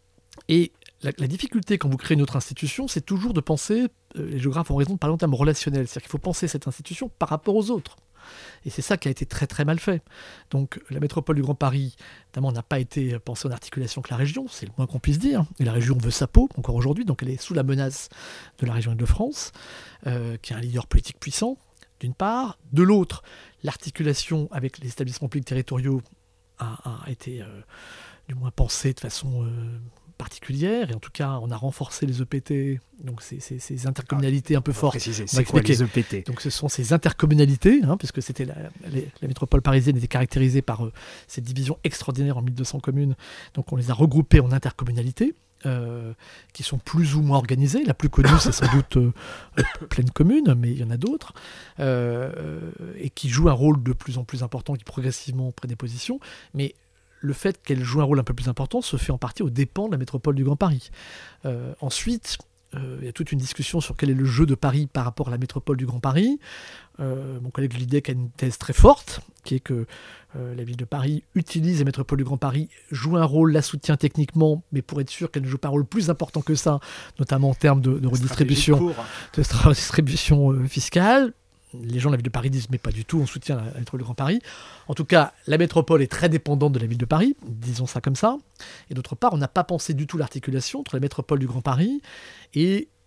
Et la, la difficulté quand vous créez une autre institution, c'est toujours de penser, euh, les géographes ont raison de parler en termes relationnels, c'est-à-dire qu'il faut penser cette institution par rapport aux autres. Et c'est ça qui a été très très mal fait. Donc la métropole du Grand Paris, évidemment, n'a pas été pensée en articulation avec la région, c'est le moins qu'on puisse dire. Et la région veut sa peau, encore aujourd'hui, donc elle est sous la menace de la région Île-de-France, euh, qui est un leader politique puissant, d'une part. De l'autre, l'articulation avec les établissements publics territoriaux a, a été euh, du moins pensée de façon... Euh, particulière, et en tout cas on a renforcé les E P T, donc ces, ces, ces intercommunalités un peu fortes. Préciser, c'est quoi les E P T ? Donc ce sont ces intercommunalités, hein, puisque c'était la, la, la métropole parisienne était caractérisée par euh, cette division extraordinaire en mille deux cents communes, donc on les a regroupées en intercommunalités, euh, qui sont plus ou moins organisées. La plus connue c'est sans doute euh, Pleine Commune, mais il y en a d'autres, euh, et qui jouent un rôle de plus en plus important, qui progressivement prennent des positions, mais le fait qu'elle joue un rôle un peu plus important se fait en partie aux dépens de la métropole du Grand Paris. Euh, ensuite, euh, il y a toute une discussion sur quel est le jeu de Paris par rapport à la métropole du Grand Paris. Euh, mon collègue Lelydec a une thèse très forte, qui est que euh, la ville de Paris utilise la métropole du Grand Paris, joue un rôle, la soutient techniquement, mais pour être sûr qu'elle ne joue pas un rôle plus important que ça, notamment en termes de, de redistribution, de redistribution euh, fiscale. Les gens de la ville de Paris disent mais pas du tout, on soutient la, la métropole du Grand Paris. En tout cas, la métropole est très dépendante de la ville de Paris, disons ça comme ça. Et d'autre part, on n'a pas pensé du tout l'articulation entre la métropole du Grand Paris et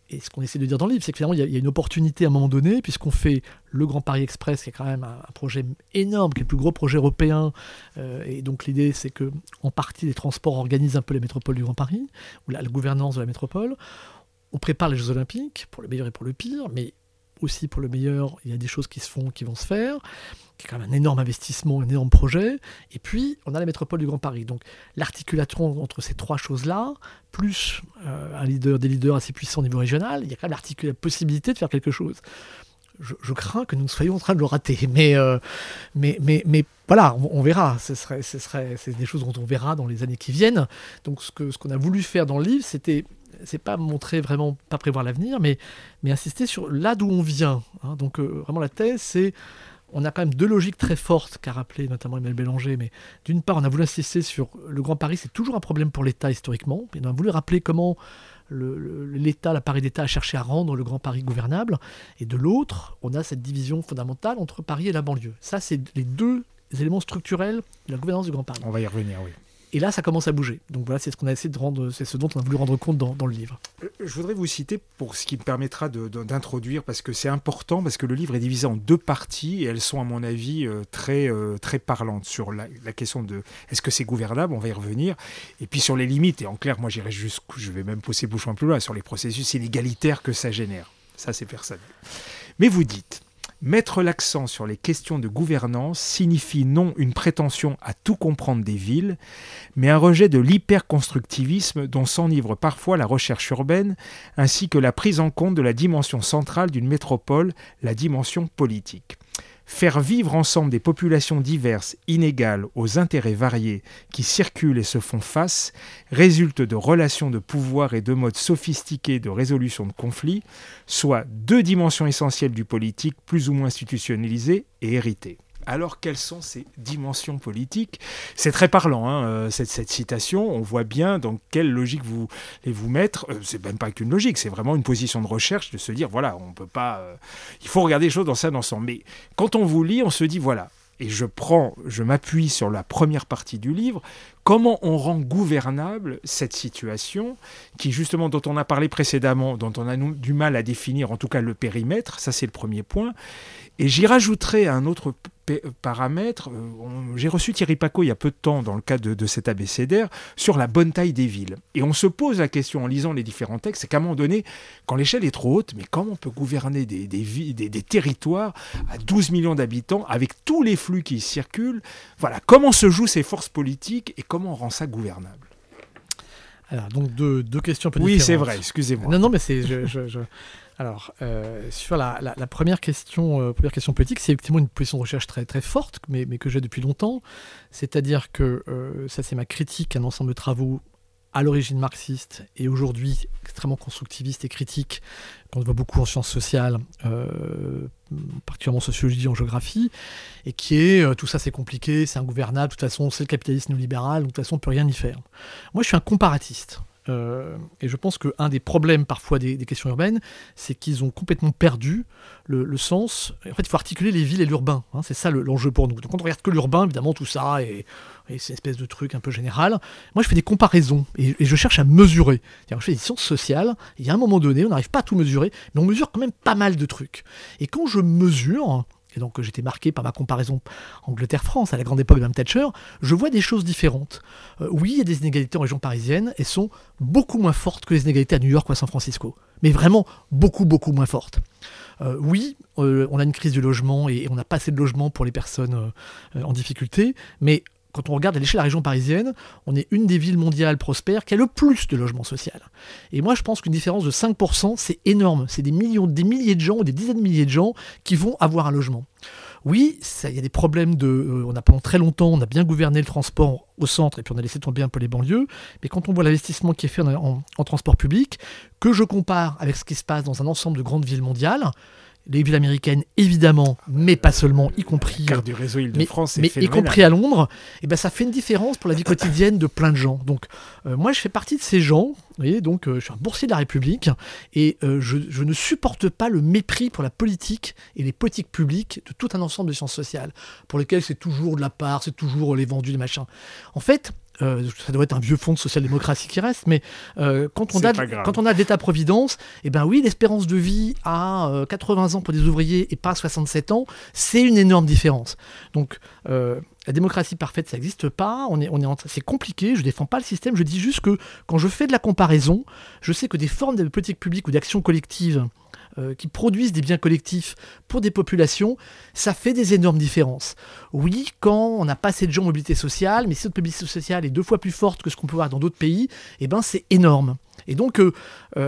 et ce qu'on essaie de dire dans le livre, c'est que finalement, il y, y a une opportunité à un moment donné, puisqu'on fait le Grand Paris Express, qui est quand même un, un projet énorme, qui est le plus gros projet européen. Euh, et donc l'idée, c'est que en partie, les transports organisent un peu la métropole du Grand Paris, ou la, la gouvernance de la métropole. On prépare les Jeux Olympiques, pour le meilleur et pour le pire, mais aussi pour le meilleur, il y a des choses qui se font, qui vont se faire, qui est quand même un énorme investissement, un énorme projet. Et puis, on a la métropole du Grand Paris. Donc, l'articulation entre ces trois choses-là, plus euh, un leader, des leaders assez puissants au niveau régional, il y a quand même la possibilité de faire quelque chose. Je, je crains que nous soyons en train de le rater. Mais, euh, mais, mais, mais voilà, on, on verra. Ce serait, ce serait, c'est des choses dont on verra dans les années qui viennent. Donc, ce, que, ce qu'on a voulu faire dans le livre, c'était... c'est pas montrer vraiment, pas prévoir l'avenir, mais, mais insister sur là d'où on vient. Hein. Donc euh, vraiment la thèse, c'est, on a quand même deux logiques très fortes qu'a rappelé notamment Emmanuel Bélanger, mais d'une part, on a voulu insister sur le Grand Paris, c'est toujours un problème pour l'État historiquement, et on a voulu rappeler comment le, le, l'État, l'appareil d'État a cherché à rendre le Grand Paris gouvernable, et de l'autre, on a cette division fondamentale entre Paris et la banlieue. Ça, c'est les deux éléments structurels de la gouvernance du Grand Paris. On va y revenir, oui. Et là, ça commence à bouger. Donc voilà, c'est ce qu'on a essayé de rendre, c'est ce dont on a voulu rendre compte dans, dans le livre. Je voudrais vous citer pour ce qui me permettra de, de, d'introduire, parce que c'est important, parce que le livre est divisé en deux parties, et elles sont, à mon avis, euh, très, euh, très parlantes sur la, la question de est-ce que c'est gouvernable, on va y revenir, et puis sur les limites, et en clair, moi j'irai jusqu'où, je vais même pousser bouchon plus loin, sur les processus inégalitaires que ça génère. Ça, c'est personnel. Mais vous dites... Mettre l'accent sur les questions de gouvernance signifie non une prétention à tout comprendre des villes, mais un rejet de l'hyperconstructivisme dont s'enivre parfois la recherche urbaine, ainsi que la prise en compte de la dimension centrale d'une métropole, la dimension politique. Faire vivre ensemble des populations diverses, inégales, aux intérêts variés, qui circulent et se font face, résulte de relations de pouvoir et de modes sophistiqués de résolution de conflits, soit deux dimensions essentielles du politique plus ou moins institutionnalisées et héritées. Alors, quelles sont ces dimensions politiques ? C'est très parlant, hein, euh, cette, cette citation. On voit bien dans quelle logique vous les vous mettre. Euh, c'est même pas qu'une logique, c'est vraiment une position de recherche de se dire, voilà, on peut pas... Euh, il faut regarder les choses dans ça ensemble. Mais quand on vous lit, on se dit, voilà, et je prends, je m'appuie sur la première partie du livre, comment on rend gouvernable cette situation qui, justement, dont on a parlé précédemment, dont on a du mal à définir, en tout cas, le périmètre, ça c'est le premier point. Et j'y rajouterai un autre p- paramètre. Euh, on, j'ai reçu Thierry Pacaud il y a peu de temps dans le cadre de, de cet abécédaire sur la bonne taille des villes. Et on se pose la question en lisant les différents textes, c'est qu'à un moment donné, quand l'échelle est trop haute, mais comment on peut gouverner des, des, des, des, des territoires à douze millions d'habitants avec tous les flux qui circulent ? Voilà, comment se jouent ces forces politiques et comment on rend ça gouvernable ? Alors, donc deux, deux questions un peu oui, différentes. Oui, c'est vrai, excusez-moi. Non, non, mais c'est... Je, je, je... Alors, euh, sur la, la, la première question, euh, première question politique, c'est effectivement une position de recherche très, très forte, mais, mais que j'ai depuis longtemps. C'est-à-dire que, euh, ça c'est ma critique à un ensemble de travaux à l'origine marxiste et aujourd'hui extrêmement constructiviste et critique, qu'on voit beaucoup en sciences sociales, euh, particulièrement en sociologie, en géographie, et qui est euh, tout ça c'est compliqué, c'est ingouvernable, de toute façon c'est le capitalisme néolibéral, donc de toute façon on ne peut rien y faire. Moi je suis un comparatiste. Euh, et je pense qu'un des problèmes parfois des, des questions urbaines, c'est qu'ils ont complètement perdu le, le sens. En fait, il faut articuler les villes et l'urbain. Hein, c'est ça le, l'enjeu pour nous. Donc quand on regarde que l'urbain, évidemment, tout ça, et, et c'est une espèce de truc un peu général. Moi, je fais des comparaisons et, et je cherche à mesurer. C'est-à-dire, je fais des sciences sociales, et il y a un moment donné, on n'arrive pas à tout mesurer, mais on mesure quand même pas mal de trucs. Et quand je mesure... Et donc j'étais marqué par ma comparaison Angleterre-France, à la grande époque de Mme Thatcher, je vois des choses différentes. Euh, oui, il y a des inégalités en région parisienne, elles sont beaucoup moins fortes que les inégalités à New York ou à San Francisco. Mais vraiment beaucoup, beaucoup moins fortes. Euh, oui, euh, on a une crise du logement et, et on n'a pas assez de logements pour les personnes euh, en difficulté, mais quand on regarde à l'échelle de la région parisienne, on est une des villes mondiales prospères qui a le plus de logements sociaux. Et moi, je pense qu'une différence de cinq pour cent, c'est énorme. C'est des millions, des milliers de gens ou des dizaines de milliers de gens qui vont avoir un logement. Oui, il y a des problèmes de... Euh, on a pendant très longtemps, on a bien gouverné le transport au centre et puis on a laissé tomber un peu les banlieues. Mais quand on voit l'investissement qui est fait en, en, en transport public, que je compare avec ce qui se passe dans un ensemble de grandes villes mondiales, les villes américaines, évidemment, mais pas seulement, y compris... La carte du réseau Île-de-France, mais, c'est mais y compris à Londres, et ben ça fait une différence pour la vie quotidienne de plein de gens. Donc, euh, moi, je fais partie de ces gens, vous voyez, donc euh, je suis un boursier de la République, et euh, je, je ne supporte pas le mépris pour la politique et les politiques publiques de tout un ensemble de sciences sociales, pour lesquelles c'est toujours de la part, c'est toujours les vendus, les machins. En fait, Euh, ça doit être un vieux fonds de social-démocratie qui reste, mais euh, quand, on a, quand on a l'État-providence, eh ben oui, l'espérance de vie à euh, quatre-vingts ans pour des ouvriers et pas soixante-sept ans, c'est une énorme différence. Donc, euh, la démocratie parfaite, ça n'existe pas, on est, on est en... c'est compliqué, je ne défends pas le système, je dis juste que quand je fais de la comparaison, je sais que des formes de politique publique ou d'action collective Euh, qui produisent des biens collectifs pour des populations, ça fait des énormes différences. Oui, quand on n'a pas assez de gens en mobilité sociale, mais si notre mobilité sociale est deux fois plus forte que ce qu'on peut voir dans d'autres pays, eh ben c'est énorme. Et donc, euh,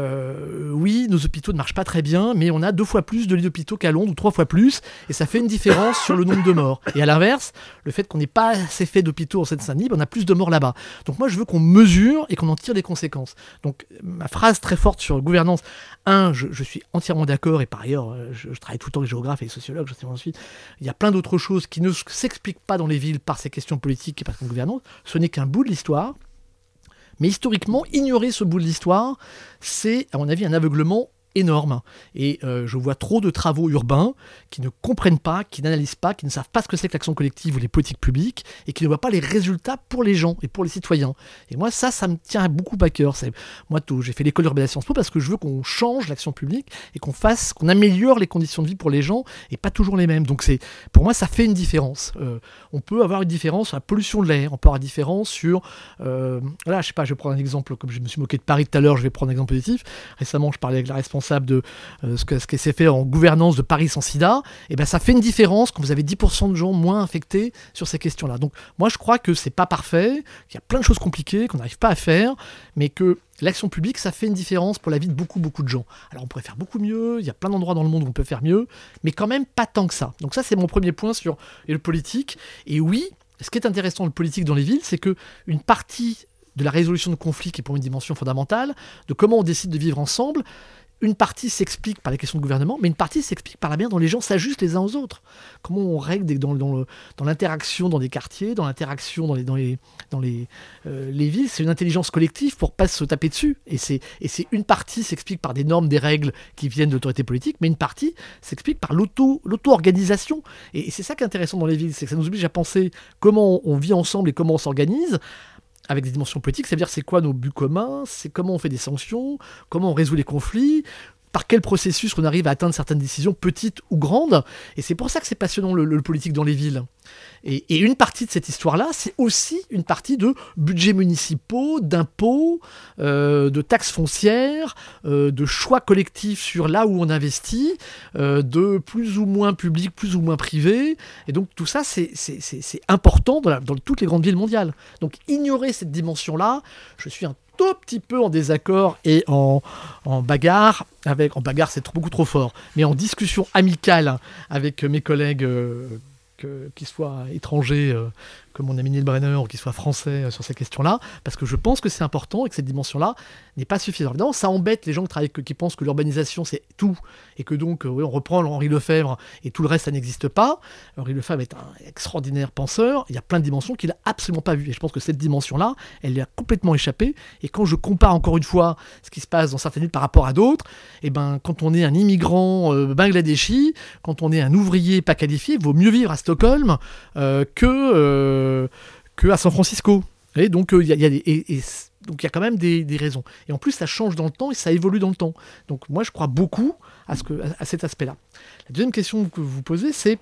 euh, oui, nos hôpitaux ne marchent pas très bien, mais on a deux fois plus de lits d'hôpitaux qu'à Londres, ou trois fois plus, et ça fait une différence sur le nombre de morts. Et à l'inverse, le fait qu'on n'ait pas assez fait d'hôpitaux en Seine-Saint-Denis, ben on a plus de morts là-bas. Donc moi, je veux qu'on mesure et qu'on en tire les conséquences. Donc ma phrase très forte sur gouvernance, un, je, je suis entièrement d'accord, et par ailleurs, je, je travaille tout le temps avec les géographes et les sociologues, je sais pas ensuite, il y a plein d'autres choses qui ne s'expliquent pas dans les villes par ces questions politiques et par cette gouvernance. Ce n'est qu'un bout de l'histoire. Mais historiquement, ignorer ce bout de l'histoire, c'est, à mon avis, un aveuglement énorme. Et euh, je vois trop de travaux urbains qui ne comprennent pas, qui n'analysent pas, qui ne savent pas ce que c'est que l'action collective ou les politiques publiques, et qui ne voient pas les résultats pour les gens et pour les citoyens. Et moi, ça, ça me tient beaucoup à cœur. C'est, moi, tout, j'ai fait l'école d'urbanisation Sciences Po parce que je veux qu'on change l'action publique et qu'on fasse, qu'on améliore les conditions de vie pour les gens, et pas toujours les mêmes. Donc, c'est, pour moi, ça fait une différence. Euh, on peut avoir une différence sur la pollution de l'air, on peut avoir une différence sur... Euh, voilà, je sais pas, je vais prendre un exemple, comme je me suis moqué de Paris tout à l'heure, je vais prendre un exemple positif. Récemment, je parlais avec la responsable de euh, ce, que, ce qui s'est fait en gouvernance de Paris sans sida, et ben ça fait une différence quand vous avez dix pour cent de gens moins infectés sur ces questions-là. Donc moi je crois que c'est pas parfait, qu'il y a plein de choses compliquées qu'on n'arrive pas à faire, mais que l'action publique, ça fait une différence pour la vie de beaucoup, beaucoup de gens. Alors on pourrait faire beaucoup mieux, il y a plein d'endroits dans le monde où on peut faire mieux, mais quand même pas tant que ça. Donc ça c'est mon premier point sur le politique. Et oui, ce qui est intéressant dans le politique dans les villes, c'est que une partie de la résolution de conflits, qui est pour moi une dimension fondamentale, de comment on décide de vivre ensemble, une partie s'explique par les questions de gouvernement, mais une partie s'explique par la manière dont les gens s'ajustent les uns aux autres. Comment on règle des, dans, dans, le, dans l'interaction dans des quartiers, dans l'interaction dans les, dans les, dans les, euh, les villes. C'est une intelligence collective pour pas se taper dessus. Et c'est, et c'est une partie s'explique par des normes, des règles qui viennent de l'autorité politique, mais une partie s'explique par l'auto, l'auto-organisation. Et, et c'est ça qui est intéressant dans les villes, c'est que ça nous oblige à penser comment on vit ensemble et comment on s'organise, avec des dimensions politiques, c'est-à-dire c'est quoi nos buts communs, c'est comment on fait des sanctions, comment on résout les conflits, par quel processus on arrive à atteindre certaines décisions, petites ou grandes. Et c'est pour ça que c'est passionnant le, le politique dans les villes. Et, et une partie de cette histoire-là, c'est aussi une partie de budgets municipaux, d'impôts, euh, de taxes foncières, euh, de choix collectifs sur là où on investit, euh, de plus ou moins public, plus ou moins privé. Et donc tout ça, c'est, c'est, c'est, c'est important dans, la, dans toutes les grandes villes mondiales. Donc ignorer cette dimension-là, je suis un tout petit peu en désaccord et en, en bagarre avec, en bagarre c'est trop, beaucoup trop fort, mais en discussion amicale avec mes collègues euh, que, qui soient étrangers, euh, comme mon ami Neil Brenner, ou qui soient français euh, sur ces questions-là, parce que je pense que c'est important et que cette dimension-là n'est pas suffisante. Évidemment, ça embête les gens qui, travaillent, qui pensent que l'urbanisation c'est tout, et que donc euh, oui, on reprend Henri Lefebvre et tout le reste ça n'existe pas. Henri Lefebvre est un extraordinaire penseur, il y a plein de dimensions qu'il n'a absolument pas vues, et je pense que cette dimension-là, elle lui a complètement échappé, et quand je compare encore une fois ce qui se passe dans certaines villes par rapport à d'autres, et ben, quand on est un immigrant euh, bangladeshi, quand on est un ouvrier pas qualifié, il vaut mieux vivre à Stockholm euh, que, euh, que à San Francisco. Et donc il euh, y, y a des... Et, et, donc il y a quand même des, des raisons. Et en plus, ça change dans le temps et ça évolue dans le temps. Donc moi, je crois beaucoup à, ce que, à, à cet aspect-là. La deuxième question que vous posez, c'est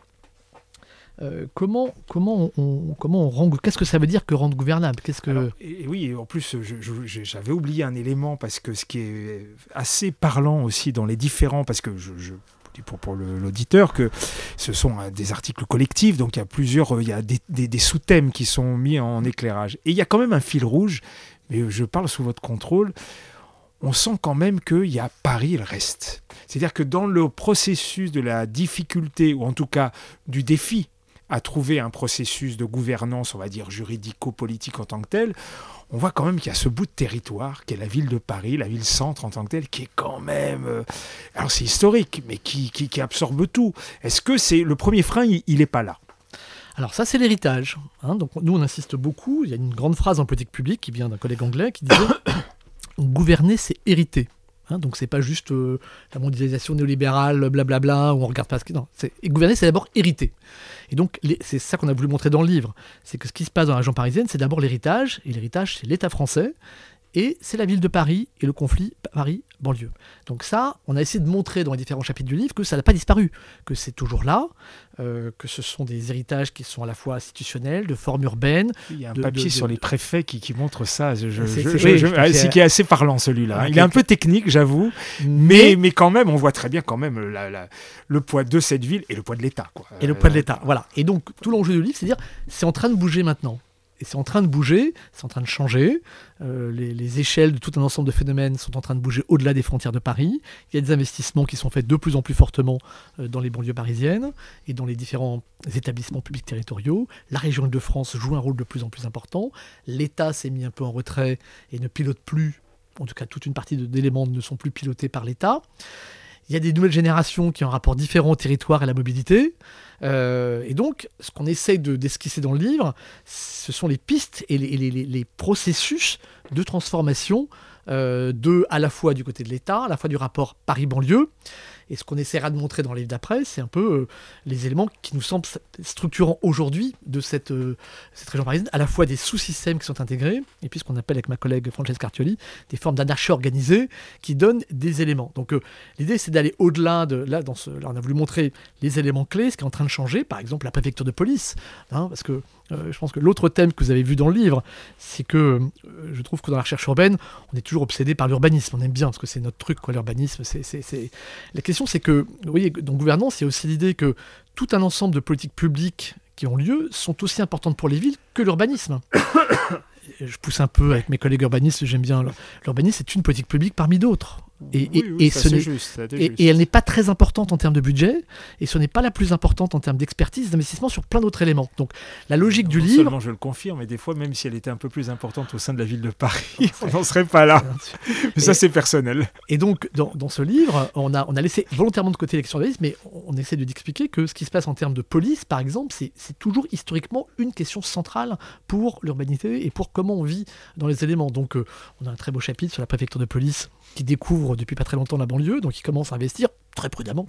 euh, comment, comment, on, comment on rend... Qu'est-ce que ça veut dire que rendre gouvernable? Qu'est-ce que... Alors, et oui, en plus, je, je, j'avais oublié un élément, parce que ce qui est assez parlant aussi dans les différents... Parce que je... je... Pour, pour le, l'auditeur, que ce sont euh, des articles collectifs, donc il y a plusieurs, euh, il y a des, des, des sous-thèmes qui sont mis en éclairage. Et il y a quand même un fil rouge, mais je parle sous votre contrôle, on sent quand même qu'il y a Paris et le reste. C'est-à-dire que dans le processus de la difficulté, ou en tout cas du défi, à trouver un processus de gouvernance, on va dire juridico-politique en tant que tel, on voit quand même qu'il y a ce bout de territoire qui est la ville de Paris, la ville-centre en tant que telle, qui est quand même... Euh, alors c'est historique, mais qui, qui, qui absorbe tout. Est-ce que c'est le premier frein, il n'est pas là? Alors ça, c'est l'héritage. Hein. Donc nous, on insiste beaucoup. Il y a une grande phrase en politique publique qui vient d'un collègue anglais qui disait « Gouverner, c'est hériter ». Hein, donc c'est pas juste euh, la mondialisation néolibérale, blablabla, où on regarde pas ce qui... Non, c'est... Et gouverner, c'est d'abord hériter. Et donc les... c'est ça qu'on a voulu montrer dans le livre. C'est que ce qui se passe dans la région parisienne, c'est d'abord l'héritage. Et l'héritage, c'est l'État français. Et c'est la ville de Paris et le conflit Paris-banlieue. Donc ça, on a essayé de montrer dans les différents chapitres du livre que ça n'a pas disparu, que c'est toujours là, euh, que ce sont des héritages qui sont à la fois institutionnels, de forme urbaine. Il y a un de, papier de, de, sur de... les préfets qui, qui montre ça. Je, je, c'est, je, c'est, je, oui, je, je c'est qui est assez parlant celui-là. Okay. Il est un peu technique, j'avoue, mais, mais, mais quand même, on voit très bien quand même la, la, le poids de cette ville et le poids de l'État. Quoi. Et le poids de l'État, voilà. Et donc, tout l'enjeu du livre, c'est de dire, c'est en train de bouger maintenant. Et c'est en train de bouger, c'est en train de changer. Euh, les, les échelles de tout un ensemble de phénomènes sont en train de bouger au-delà des frontières de Paris. Il y a des investissements qui sont faits de plus en plus fortement euh, dans les banlieues parisiennes et dans les différents établissements publics territoriaux. La région Île-de-France joue un rôle de plus en plus important. L'État s'est mis un peu en retrait et ne pilote plus, en tout cas toute une partie de, d'éléments ne sont plus pilotés par l'État. Il y a des nouvelles générations qui ont un rapport différent au territoire et à la mobilité. Euh, et donc, ce qu'on essaye de, d'esquisser dans le livre, ce sont les pistes et les, les, les processus de transformation euh, de, à la fois du côté de l'État, à la fois du rapport Paris-banlieue. Et ce qu'on essaiera de montrer dans le livre d'après, c'est un peu euh, les éléments qui nous semblent structurants aujourd'hui de cette, euh, cette région parisienne, à la fois des sous-systèmes qui sont intégrés, et puis ce qu'on appelle avec ma collègue Francesca Artioli, des formes d'anarchie organisée qui donnent des éléments. Donc euh, l'idée, c'est d'aller au-delà de... Là, dans ce, là, on a voulu montrer les éléments clés, ce qui est en train de changer, par exemple la préfecture de police, hein, parce que euh, je pense que l'autre thème que vous avez vu dans le livre, c'est que euh, je trouve que dans la recherche urbaine, on est toujours obsédé par l'urbanisme. On aime bien, parce que c'est notre truc, quoi, l'urbanisme. C'est, c'est, c'est... La question, c'est que, vous voyez, dans gouvernance, il y a aussi l'idée que tout un ensemble de politiques publiques qui ont lieu sont aussi importantes pour les villes que l'urbanisme. Je pousse un peu avec mes collègues urbanistes, j'aime bien. L'urbanisme, c'est une politique publique parmi d'autres. Et, oui, oui, et, ça, ce n'est, juste, ça, et, et elle n'est pas très importante en termes de budget, et ce n'est pas la plus importante en termes d'expertise, d'investissement sur plein d'autres éléments. Donc la logique non, du non livre... Seulement je le confirme, mais des fois, même si elle était un peu plus importante au sein de la ville de Paris, on n'en serait pas là. Mais et, ça, c'est personnel. Et donc, dans, dans ce livre, on a, on a laissé volontairement de côté les questions d'urbanisme, mais on, on essaie de d'expliquer que ce qui se passe en termes de police, par exemple, c'est, c'est toujours historiquement une question centrale pour l'urbanité et pour comment on vit dans les éléments. Donc, euh, on a un très beau chapitre sur la préfecture de police qui découvre depuis pas très longtemps la banlieue, donc qui commence à investir très prudemment,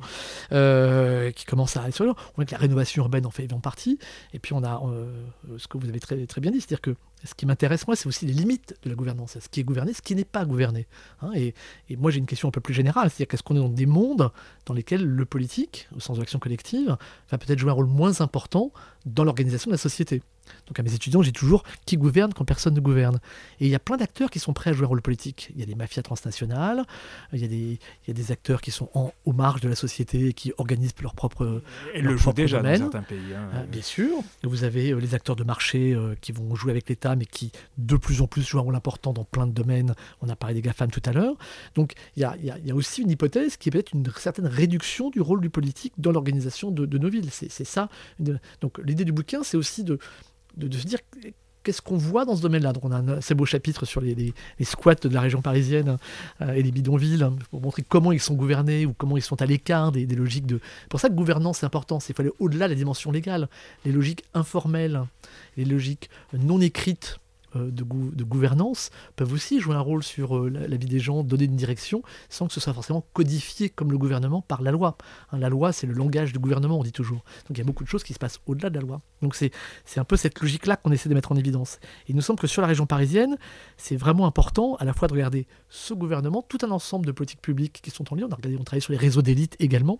euh, qui commence à aller sur le... On voit que la rénovation urbaine en fait en partie, et puis on a euh, ce que vous avez très, très bien dit, c'est-à-dire que ce qui m'intéresse moi, c'est aussi les limites de la gouvernance, ce qui est gouverné, ce qui n'est pas gouverné. Hein, et, et moi j'ai une question un peu plus générale, c'est-à-dire qu'est-ce qu'on est dans des mondes dans lesquels le politique, au sens de l'action collective, va peut-être jouer un rôle moins important dans l'organisation de la société. Donc à mes étudiants, j'ai toujours qui gouverne quand personne ne gouverne. Et il y a plein d'acteurs qui sont prêts à jouer un rôle politique. Il y a des mafias transnationales, il y a des, il y a des acteurs qui sont en, aux marges de la société et qui organisent leur propre Et le jouent déjà domaine. Dans certains pays. Hein. Euh, bien sûr. Vous avez euh, les acteurs de marché euh, qui vont jouer avec l'État, mais qui de plus en plus jouent un rôle important dans plein de domaines. On a parlé des GAFAM tout à l'heure. Donc il y a, il y a, il y a aussi une hypothèse qui est peut-être une certaine réduction du rôle du politique dans l'organisation de, de nos villes. C'est, c'est ça. Donc l'idée du bouquin, c'est aussi de De, de se dire qu'est-ce qu'on voit dans ce domaine-là. Donc on a un assez beau chapitre sur les, les, les squats de la région parisienne euh, et les bidonvilles, hein, pour montrer comment ils sont gouvernés ou comment ils sont à l'écart des, des logiques de... C'est pour ça que gouvernance, c'est important, c'est qu'il faut aller au-delà de la dimension légale. Les logiques informelles, les logiques non écrites euh, de, gou- de gouvernance peuvent aussi jouer un rôle sur euh, la, la vie des gens, donner une direction, sans que ce soit forcément codifié comme le gouvernement par la loi. Hein, la loi, c'est le langage du gouvernement, on dit toujours. Donc il y a beaucoup de choses qui se passent au-delà de la loi. Donc c'est, c'est un peu cette logique-là qu'on essaie de mettre en évidence. Et il nous semble que sur la région parisienne, c'est vraiment important à la fois de regarder ce gouvernement, tout un ensemble de politiques publiques qui sont en lien. On a regardé, on travaille sur les réseaux d'élite également.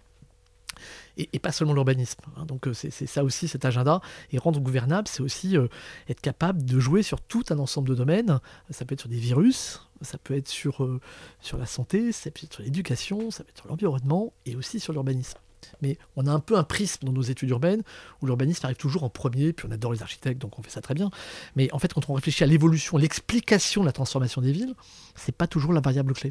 Et, et pas seulement l'urbanisme. Hein. Donc c'est, c'est ça aussi, cet agenda. Et rendre gouvernable, c'est aussi euh, être capable de jouer sur tout un ensemble de domaines. Ça peut être sur des virus, ça peut être sur, euh, sur la santé, ça peut être sur l'éducation, ça peut être sur l'environnement et aussi sur l'urbanisme. Mais on a un peu un prisme dans nos études urbaines où l'urbanisme arrive toujours en premier, puis on adore les architectes, donc on fait ça très bien. Mais en fait, quand on réfléchit à l'évolution, l'explication de la transformation des villes, c'est pas toujours la variable clé.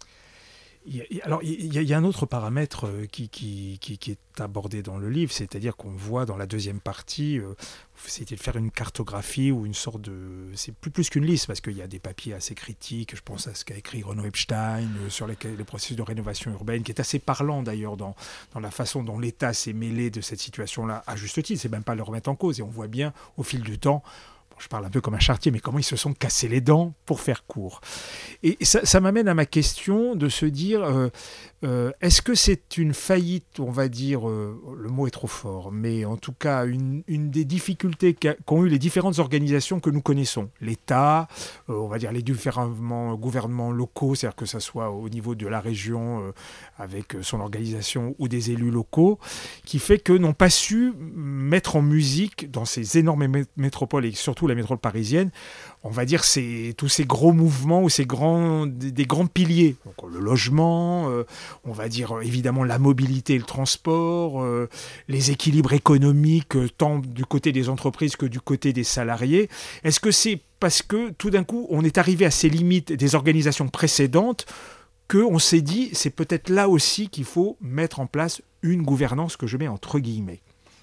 Alors, il y, y a un autre paramètre qui, qui, qui, qui est abordé dans le livre, c'est-à-dire qu'on voit dans la deuxième partie, euh, c'était de faire une cartographie ou une sorte de... C'est plus, plus qu'une liste, parce qu'il y a des papiers assez critiques, je pense à ce qu'a écrit Renaud Epstein euh, sur les, les processus de rénovation urbaine, qui est assez parlant d'ailleurs dans, dans la façon dont l'État s'est mêlé de cette situation-là, à juste titre, c'est même pas le remettre en cause, et on voit bien au fil du temps, je parle un peu comme un charretier, mais comment ils se sont cassés les dents pour faire court. Et ça, ça m'amène à ma question de se dire, euh, euh, est-ce que c'est une faillite, on va dire, euh, le mot est trop fort, mais en tout cas une, une des difficultés qu'a, qu'ont eu les différentes organisations que nous connaissons, l'État, euh, on va dire les différents gouvernements locaux, c'est-à-dire que ce soit au niveau de la région euh, avec son organisation ou des élus locaux, qui fait que n'ont pas su mettre en musique dans ces énormes mé- métropoles et surtout la métropole parisienne, on va dire c'est tous ces gros mouvements ou ces grands des, des grands piliers, donc le logement, euh, on va dire évidemment la mobilité et le transport, euh, les équilibres économiques euh, tant du côté des entreprises que du côté des salariés. Est-ce que c'est parce que tout d'un coup on est arrivé à ces limites des organisations précédentes qu'on s'est dit c'est peut-être là aussi qu'il faut mettre en place une gouvernance que je mets entre guillemets?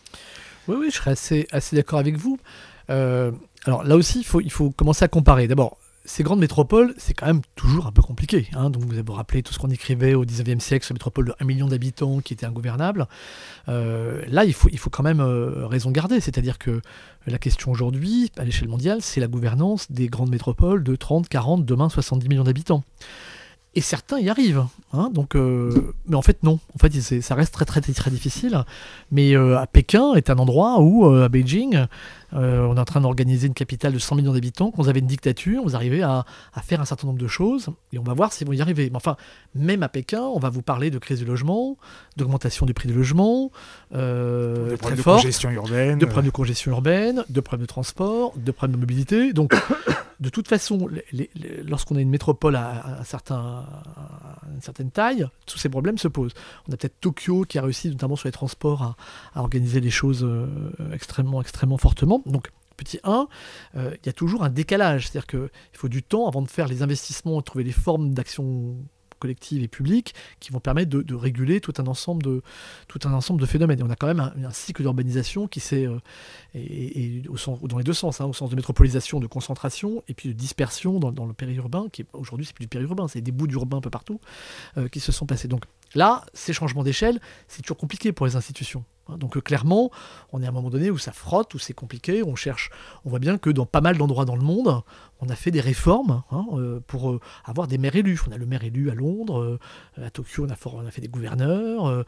Oui, oui, je serais assez, assez d'accord avec vous. Euh, alors là aussi, il faut, il faut commencer à comparer. D'abord, ces grandes métropoles, c'est quand même toujours un peu compliqué. Hein. Donc vous avez vous rappelé tout ce qu'on écrivait au dix-neuvième siècle sur une métropole de un million d'habitants qui était ingouvernable. Euh, là, il faut, il faut quand même euh, raison garder. C'est-à-dire que la question aujourd'hui, à l'échelle mondiale, c'est la gouvernance des grandes métropoles de trente, quarante, demain soixante-dix millions d'habitants. Et certains y arrivent, hein, donc, euh, mais en fait non, en fait c'est, ça reste très très très difficile. Mais euh, à Pékin est un endroit où, euh, à Beijing, euh, on est en train d'organiser une capitale de cent millions d'habitants. Quand vous avez une dictature, vous arrivez à, à faire un certain nombre de choses, et on va voir s'ils vont y arriver. Mais enfin, même à Pékin, on va vous parler de crise du logement, d'augmentation du prix du logement, euh, de très de fort, congestion urbaine, de problèmes de congestion urbaine, de problèmes de transport, de problèmes de mobilité. Donc de toute façon, les, les, les, lorsqu'on a une métropole à, à, un certain, à une certaine taille, tous ces problèmes se posent. On a peut-être Tokyo qui a réussi, notamment sur les transports, à, à organiser les choses euh, extrêmement, extrêmement fortement. Donc, petit un, euh, il y a toujours un décalage. C'est-à-dire qu'il faut du temps avant de faire les investissements et trouver les formes d'action collectives et publiques qui vont permettre de, de réguler tout un ensemble de, tout un ensemble de phénomènes. Et on a quand même un, un cycle d'urbanisation qui s'est, euh, et, et au sens, dans les deux sens, hein, au sens de métropolisation, de concentration, et puis de dispersion dans, dans le périurbain, qui est, aujourd'hui c'est plus du périurbain, c'est des bouts d'urbain un peu partout, euh, qui se sont passés. Donc là, ces changements d'échelle, c'est toujours compliqué pour les institutions. Donc euh, clairement, on est à un moment donné où ça frotte, où c'est compliqué, on cherche, on voit bien que dans pas mal d'endroits dans le monde, on a fait des réformes hein, euh, pour euh, avoir des maires élus. On a le maire élu à Londres, euh, à Tokyo on a, for- on a fait des gouverneurs, euh,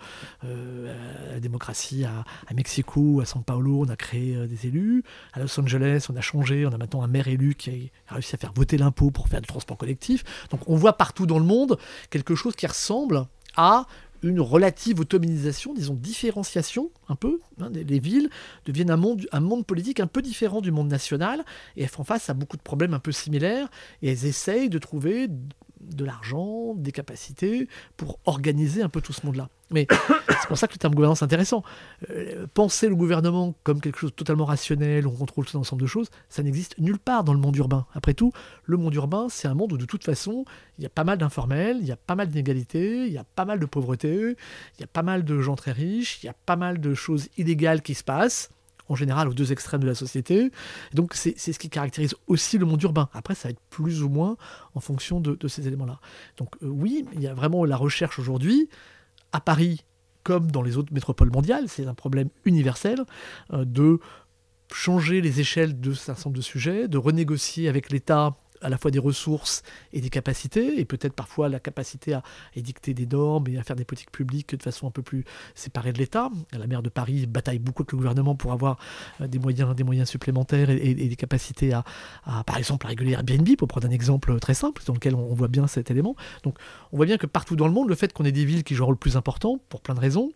euh, la démocratie à, à Mexico, à São Paulo on a créé euh, des élus, à Los Angeles on a changé, on a maintenant un maire élu qui a réussi à faire voter l'impôt pour faire du transport collectif. Donc on voit partout dans le monde quelque chose qui ressemble à une relative autonomisation, disons différenciation un peu. Hein, les, les villes deviennent un monde, un monde politique un peu différent du monde national et elles font face à beaucoup de problèmes un peu similaires et elles essayent de trouver de l'argent, des capacités pour organiser un peu tout ce monde-là. Mais c'est pour ça que le terme gouvernance est intéressant. Euh, penser le gouvernement comme quelque chose de totalement rationnel, où on contrôle tout un ensemble de choses, ça n'existe nulle part dans le monde urbain. Après tout, le monde urbain, c'est un monde où de toute façon, il y a pas mal d'informels, il y a pas mal d'inégalités, il y a pas mal de pauvreté, il y a pas mal de gens très riches, il y a pas mal de choses illégales qui se passent, en général aux deux extrêmes de la société. Et donc c'est, c'est ce qui caractérise aussi le monde urbain. Après, ça va être plus ou moins en fonction de, de ces éléments-là. Donc euh, oui, il y a vraiment la recherche aujourd'hui, à Paris, comme dans les autres métropoles mondiales, c'est un problème universel, euh, de changer les échelles de cet ensemble de sujets, de renégocier avec l'État à la fois des ressources et des capacités, et peut-être parfois la capacité à édicter des normes et à faire des politiques publiques de façon un peu plus séparée de l'État. La maire de Paris bataille beaucoup avec le gouvernement pour avoir des moyens, des moyens supplémentaires et, et, et des capacités à, à, par exemple, à réguler Airbnb, pour prendre un exemple très simple, dans lequel on, on voit bien cet élément. Donc on voit bien que partout dans le monde, le fait qu'on ait des villes qui jouent un rôle plus important, pour plein de raisons,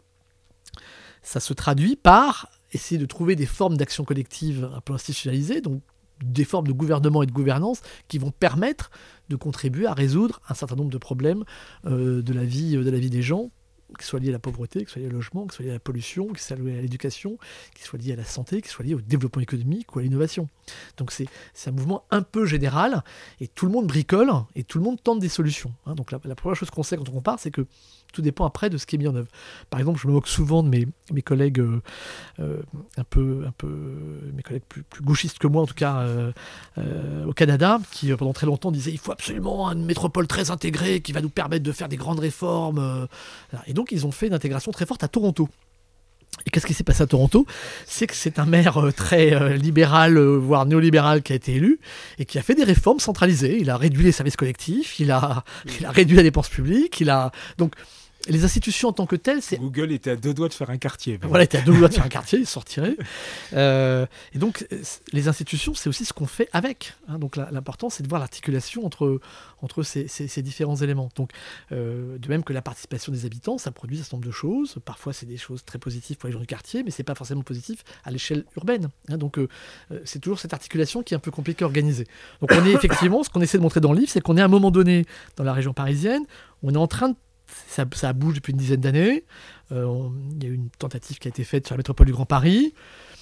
ça se traduit par essayer de trouver des formes d'action collective un peu institutionnalisées, donc des formes de gouvernement et de gouvernance qui vont permettre de contribuer à résoudre un certain nombre de problèmes euh, de la vie, de la vie des gens, qui soient liés à la pauvreté, qui soient liés au logement, qui soient liés à la pollution, qui soient liés à l'éducation, qui soient liés à la santé, qui soient liés au développement économique ou à l'innovation. Donc c'est, c'est un mouvement un peu général, et tout le monde bricole, et tout le monde tente des solutions. Hein. Donc la, la première chose qu'on sait quand on compare, c'est que tout dépend après de ce qui est mis en œuvre. Par exemple, je me moque souvent de mes, mes collègues euh, euh, un peu, un peu, mes collègues plus, plus gauchistes que moi, en tout cas euh, euh, au Canada, qui euh, pendant très longtemps disaient il faut absolument une métropole très intégrée qui va nous permettre de faire des grandes réformes. Euh, et donc ils ont fait une intégration très forte à Toronto. Et qu'est-ce qui s'est passé à Toronto? C'est que c'est un maire euh, très euh, libéral, euh, voire néolibéral, qui a été élu et qui a fait des réformes centralisées. Il a réduit les services collectifs, il a, il a réduit la dépense publique, il a... Donc, les institutions en tant que telles, c'est... Google était à deux doigts de faire un quartier. Mais... Voilà, il était à deux doigts de faire un quartier, il sortirait. Euh, et donc, les institutions, c'est aussi ce qu'on fait avec. Hein. Donc, la, l'important, c'est de voir l'articulation entre, entre ces, ces, ces différents éléments. Donc, euh, de même que la participation des habitants, ça produit un certain nombre de choses. Parfois, c'est des choses très positives pour les gens du quartier, mais c'est pas forcément positif à l'échelle urbaine. Hein. Donc, euh, c'est toujours cette articulation qui est un peu compliquée à organiser. Donc, on est effectivement, ce qu'on essaie de montrer dans le livre, c'est qu'on est à un moment donné, dans la région parisienne, on est en train de Ça, ça bouge depuis une dizaine d'années. Euh, on, il y a eu une tentative qui a été faite sur la métropole du Grand Paris,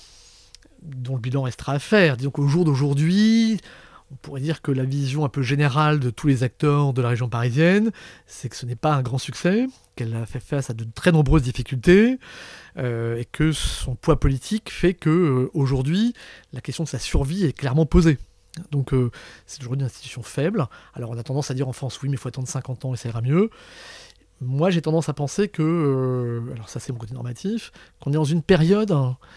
dont le bilan restera à faire. Disons qu'au jour d'aujourd'hui, on pourrait dire que la vision un peu générale de tous les acteurs de la région parisienne, c'est que ce n'est pas un grand succès, qu'elle a fait face à de très nombreuses difficultés, euh, et que son poids politique fait que euh, aujourd'hui, la question de sa survie est clairement posée. Donc euh, c'est aujourd'hui une institution faible. Alors on a tendance à dire en France, oui, mais il faut attendre cinquante ans et ça ira mieux. Moi, j'ai tendance à penser que, euh, alors ça c'est mon côté normatif, qu'on est dans une période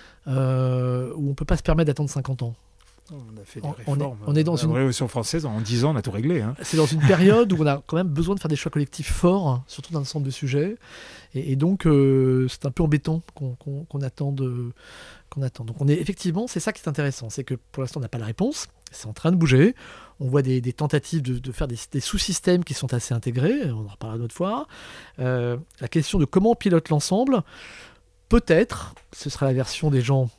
euh, où on ne peut pas se permettre d'attendre cinquante ans. On a fait des on, réformes. On est, on est dans la une Révolution française, en dix ans, on a tout réglé. Hein. C'est dans une période où on a quand même besoin de faire des choix collectifs forts, surtout dans un ensemble de sujets. Et, et donc, euh, c'est un peu embêtant qu'on, qu'on, qu'on, attende, qu'on attend. Donc, on est, effectivement, c'est ça qui est intéressant. C'est que pour l'instant, on n'a pas la réponse. C'est en train de bouger. On voit des, des tentatives de, de faire des, des sous-systèmes qui sont assez intégrés. On en reparlera d'autres fois. Euh, la question de comment on pilote l'ensemble, peut-être, ce sera la version des gens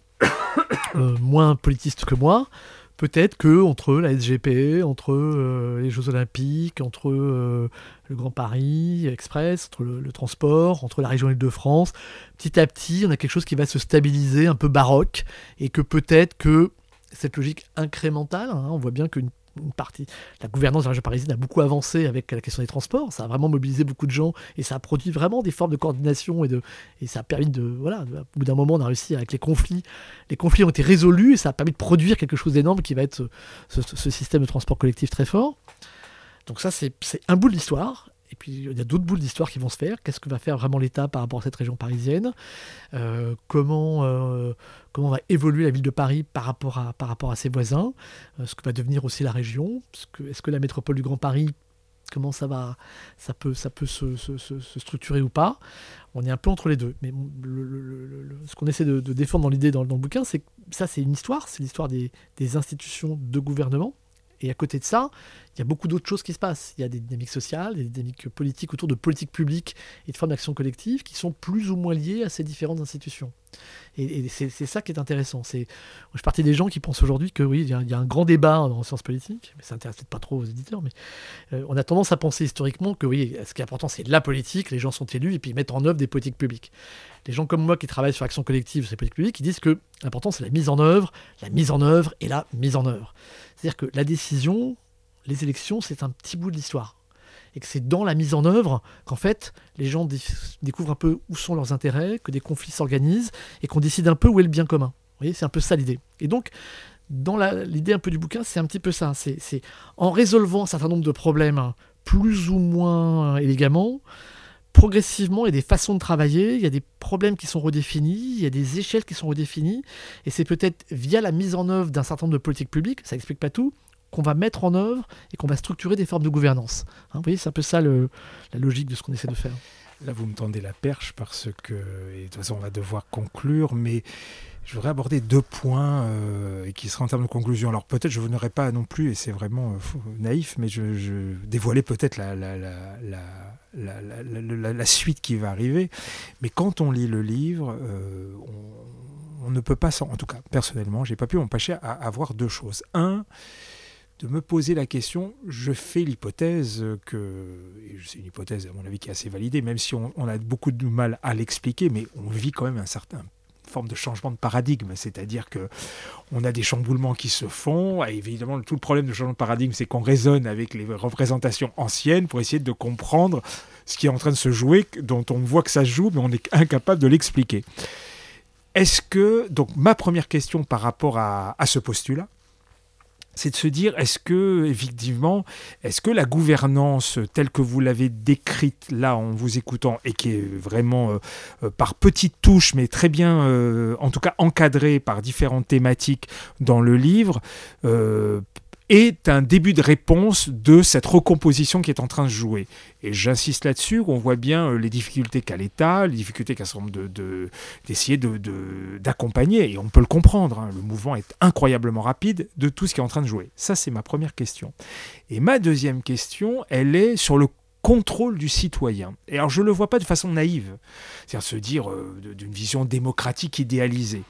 euh, moins politistes que moi, peut-être que entre la S G P, entre euh, les Jeux Olympiques, entre euh, le Grand Paris Express, entre le, le transport, entre la région Île-de-France, petit à petit, on a quelque chose qui va se stabiliser, un peu baroque, et que peut-être que cette logique incrémentale, hein, on voit bien qu'une une partie, la gouvernance de la région parisienne a beaucoup avancé avec la question des transports, ça a vraiment mobilisé beaucoup de gens et ça a produit vraiment des formes de coordination et, de, et ça a permis de, voilà, de, au bout d'un moment on a réussi avec les conflits, les conflits ont été résolus et ça a permis de produire quelque chose d'énorme qui va être ce, ce, ce système de transport collectif très fort. Donc ça c'est, c'est un bout de l'histoire. Et puis, il y a d'autres bouts d'histoire qui vont se faire. Qu'est-ce que va faire vraiment l'État par rapport à cette région parisienne ? euh, comment, euh, comment va évoluer la ville de Paris par rapport à, par rapport à ses voisins ? euh, Ce que va devenir aussi la région ? Est-ce que, est-ce que la métropole du Grand Paris, comment ça, va, ça peut, ça peut se, se, se, se structurer ou pas ? On est un peu entre les deux. Mais le, le, le, le, ce qu'on essaie de, de défendre dans l'idée, dans, dans le bouquin, c'est que ça, c'est une histoire. C'est l'histoire des, des institutions de gouvernement. Et à côté de ça, il y a beaucoup d'autres choses qui se passent. Il y a des dynamiques sociales, des dynamiques politiques autour de politiques publiques et de formes d'action collective qui sont plus ou moins liées à ces différentes institutions. Et, et c'est, c'est ça qui est intéressant. C'est, je fais partie des gens qui pensent aujourd'hui que oui, il y a, il y a un grand débat en sciences politiques, mais ça n'intéresse peut-être pas trop aux éditeurs, mais euh, on a tendance à penser historiquement que oui, ce qui est important, c'est la politique, les gens sont élus et puis ils mettent en œuvre des politiques publiques. Les gens comme moi qui travaillent sur l'action collective, sur les politiques publiques, ils disent que l'important, c'est la mise en œuvre, la mise en œuvre et la mise en œuvre. C'est-à-dire que la décision, les élections, c'est un petit bout de l'histoire. Et que c'est dans la mise en œuvre qu'en fait, les gens dé- découvrent un peu où sont leurs intérêts, que des conflits s'organisent et qu'on décide un peu où est le bien commun. Vous voyez, c'est un peu ça l'idée. Et donc, dans la, l'idée un peu du bouquin, c'est un petit peu ça. C'est, c'est en résolvant un certain nombre de problèmes plus ou moins élégamment, progressivement, il y a des façons de travailler, il y a des problèmes qui sont redéfinis, il y a des échelles qui sont redéfinies, et c'est peut-être via la mise en œuvre d'un certain nombre de politiques publiques, ça n'explique pas tout, qu'on va mettre en œuvre et qu'on va structurer des formes de gouvernance. Hein, vous voyez, c'est un peu ça le, la logique de ce qu'on essaie de faire. Là, vous me tendez la perche parce que, et de toute façon, on va devoir conclure, mais je voudrais aborder deux points euh, et qui seraient en termes de conclusion. Alors peut-être je n'aurais pas non plus, et c'est vraiment euh, fou, naïf, mais je, je dévoiler peut-être la, la, la, la, la, la, la, la, la suite qui va arriver. Mais quand on lit le livre, euh, on, on ne peut pas, en tout cas personnellement, je n'ai pas pu m'empêcher à, à voir deux choses. Un, de me poser la question, je fais l'hypothèse que, et c'est une hypothèse à mon avis qui est assez validée, même si on, on a beaucoup de mal à l'expliquer, mais on vit quand même un certain forme de changement de paradigme, c'est-à-dire que on a des chamboulements qui se font, et évidemment tout le problème de changement de paradigme, c'est qu'on raisonne avec les représentations anciennes pour essayer de comprendre ce qui est en train de se jouer, dont on voit que ça se joue, mais on est incapable de l'expliquer. Est-ce que, donc ma première question par rapport à, à ce postulat, c'est de se dire, est-ce que, effectivement, est-ce que la gouvernance telle que vous l'avez décrite là en vous écoutant, et qui est vraiment euh, par petites touches, mais très bien, euh, en tout cas encadrée par différentes thématiques dans le livre, euh, est un début de réponse de cette recomposition qui est en train de jouer. Et j'insiste là-dessus, on voit bien les difficultés qu'a l'État, les difficultés qu'a certain nombre de, de, d'essayer de, de, d'accompagner, et on peut le comprendre, hein, le mouvement est incroyablement rapide de tout ce qui est en train de jouer. Ça, c'est ma première question. Et ma deuxième question, elle est sur le contrôle du citoyen. Et alors, je ne le vois pas de façon naïve, c'est-à-dire se dire euh, d'une vision démocratique idéalisée.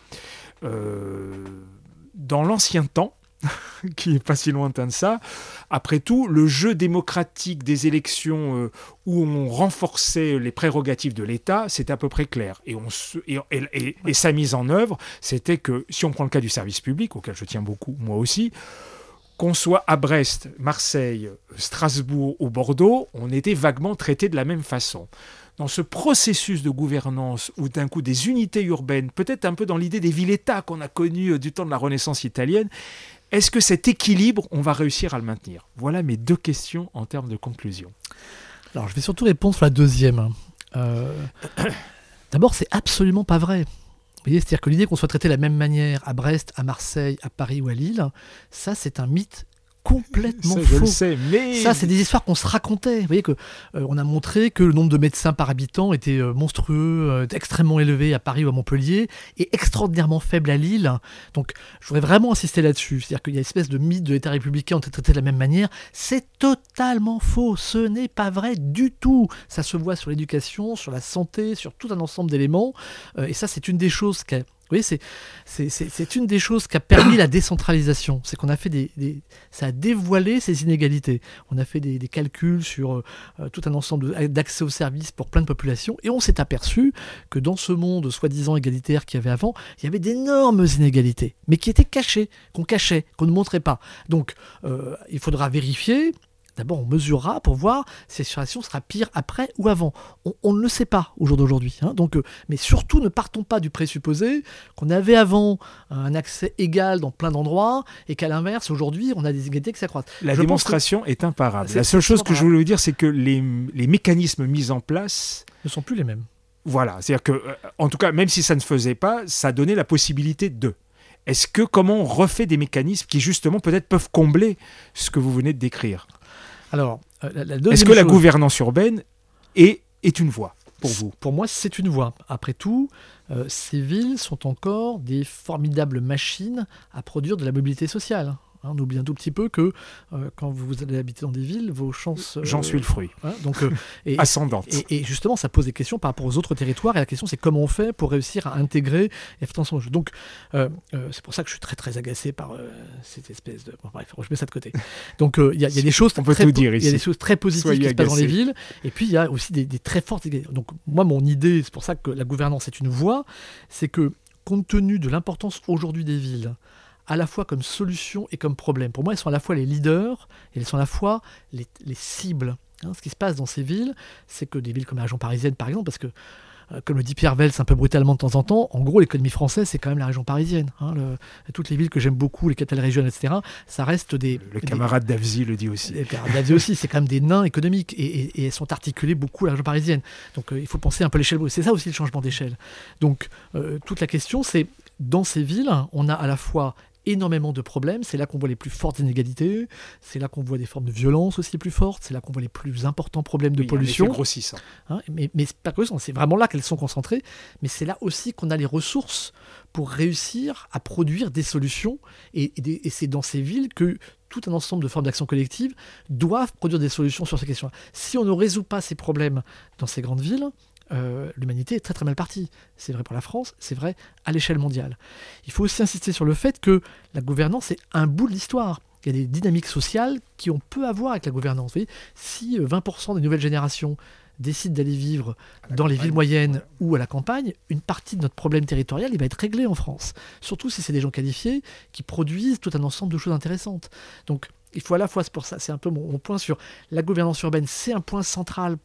Euh, dans l'ancien temps, qui n'est pas si lointain de ça. Après tout, le jeu démocratique des élections euh, où on renforçait les prérogatives de l'État, c'était à peu près clair. Et, on se, et, et, et, et sa mise en œuvre, c'était que, si on prend le cas du service public, auquel je tiens beaucoup, moi aussi, qu'on soit à Brest, Marseille, Strasbourg ou Bordeaux, on était vaguement traités de la même façon. Dans ce processus de gouvernance où d'un coup des unités urbaines, peut-être un peu dans l'idée des villes-États qu'on a connues du temps de la Renaissance italienne, est-ce que cet équilibre, on va réussir à le maintenir ? Voilà mes deux questions en termes de conclusion. Alors, je vais surtout répondre sur la deuxième. Euh, d'abord, c'est absolument pas vrai. Vous voyez, c'est-à-dire que l'idée qu'on soit traité de la même manière à Brest, à Marseille, à Paris ou à Lille, ça, c'est un mythe complètement ça, faux. Je le sais, mais... Ça, c'est des histoires qu'on se racontait. Vous voyez que euh, on a montré que le nombre de médecins par habitant était euh, monstrueux, euh, extrêmement élevé à Paris ou à Montpellier, et extraordinairement faible à Lille. Donc, je voudrais vraiment insister là-dessus. C'est-à-dire qu'il y a une espèce de mythe de l'État républicain, on est traité de la même manière. C'est totalement faux. Ce n'est pas vrai du tout. Ça se voit sur l'éducation, sur la santé, sur tout un ensemble d'éléments. Euh, et ça, c'est une des choses qu'a Vous voyez, c'est, c'est, c'est, c'est une des choses qui a permis la décentralisation. C'est qu'on a fait des, des, ça a dévoilé ces inégalités. On a fait des, des calculs sur euh, tout un ensemble de, d'accès aux services pour plein de populations, et on s'est aperçu que dans ce monde soi-disant égalitaire qu'il y avait avant, il y avait d'énormes inégalités, mais qui étaient cachées, qu'on cachait, qu'on ne montrait pas. Donc, euh, il faudra vérifier. D'abord, on mesurera pour voir si la situation sera pire après ou avant. On, on ne le sait pas au jour d'aujourd'hui. Hein. Donc, euh, mais surtout, ne partons pas du présupposé qu'on avait avant un accès égal dans plein d'endroits et qu'à l'inverse, aujourd'hui, on a des inégalités qui s'accroissent. La je démonstration est imparable. C'est, la seule chose que imparable. je voulais vous dire, c'est que les, les mécanismes mis en place ne sont plus les mêmes. Voilà. C'est-à-dire que, euh, en tout cas, même si ça ne se faisait pas, ça donnait la possibilité de. Est-ce que, comment on refait des mécanismes qui, justement, peut-être peuvent combler ce que vous venez de décrire ? Alors, euh, la, la deuxième Est-ce que la chose, gouvernance urbaine est, est une voie pour vous ? Pour moi, c'est une voie. Après tout, euh, ces villes sont encore des formidables machines à produire de la mobilité sociale. Hein, on oublie un tout petit peu que euh, quand vous allez habiter dans des villes, vos chances... Euh, J'en suis le fruit. Hein, donc, euh, et, Ascendante. Et, et justement, ça pose des questions par rapport aux autres territoires. Et la question, c'est comment on fait pour réussir à intégrer et faire ensemble. Donc, euh, euh, c'est pour ça que je suis très, très agacé par euh, cette espèce de... Bon, bref, je mets ça de côté. Donc, il euh, y, y a des choses on peut très, tout dire il y a des choses très positives Soyez qui se passent dans les agacé. villes. Et puis, il y a aussi des, des très fortes... Donc, moi, mon idée, c'est pour ça que la gouvernance est une voie, c'est que, compte tenu de l'importance aujourd'hui des villes, à la fois comme solution et comme problème. Pour moi, elles sont à la fois les leaders et elles sont à la fois les, les cibles. Hein, ce qui se passe dans ces villes, c'est que des villes comme la région parisienne, par exemple, parce que, euh, comme le dit Pierre Vels un peu brutalement de temps en temps, en gros, l'économie française, c'est quand même la région parisienne. Hein, le, toutes les villes que j'aime beaucoup, les capitales régionales, et cetera, ça reste des... Le des, camarade Davzy le dit aussi. Les camarades Davzy aussi, c'est quand même des nains économiques et, et, et elles sont articulées beaucoup à la région parisienne. Donc, euh, il faut penser un peu à l'échelle. C'est ça aussi le changement d'échelle. Donc, euh, toute la question, c'est, dans ces villes, on a à la fois énormément de problèmes, c'est là qu'on voit les plus fortes inégalités, c'est là qu'on voit des formes de violence aussi plus fortes, c'est là qu'on voit les plus importants problèmes de oui, pollution. Un effet grossissant. Hein, mais, mais c'est pas que ça, c'est vraiment là qu'elles sont concentrées, mais c'est là aussi qu'on a les ressources pour réussir à produire des solutions, et, et, des, et c'est dans ces villes que tout un ensemble de formes d'action collective doivent produire des solutions sur ces questions-là. Si on ne résout pas ces problèmes dans ces grandes villes, Euh, l'humanité est très très mal partie. C'est vrai pour la France, c'est vrai à l'échelle mondiale. Il faut aussi insister sur le fait que la gouvernance est un bout de l'histoire. Il y a des dynamiques sociales qui ont peu à voir avec la gouvernance. Vous voyez, si vingt pour cent des nouvelles générations décident d'aller vivre dans les villes moyennes ou à la campagne, une partie de notre problème territorial il va être réglé en France. Surtout si c'est des gens qualifiés qui produisent tout un ensemble de choses intéressantes. Donc il faut à la fois, c'est pour ça, c'est un peu mon, mon point sur la gouvernance urbaine, c'est un point central pour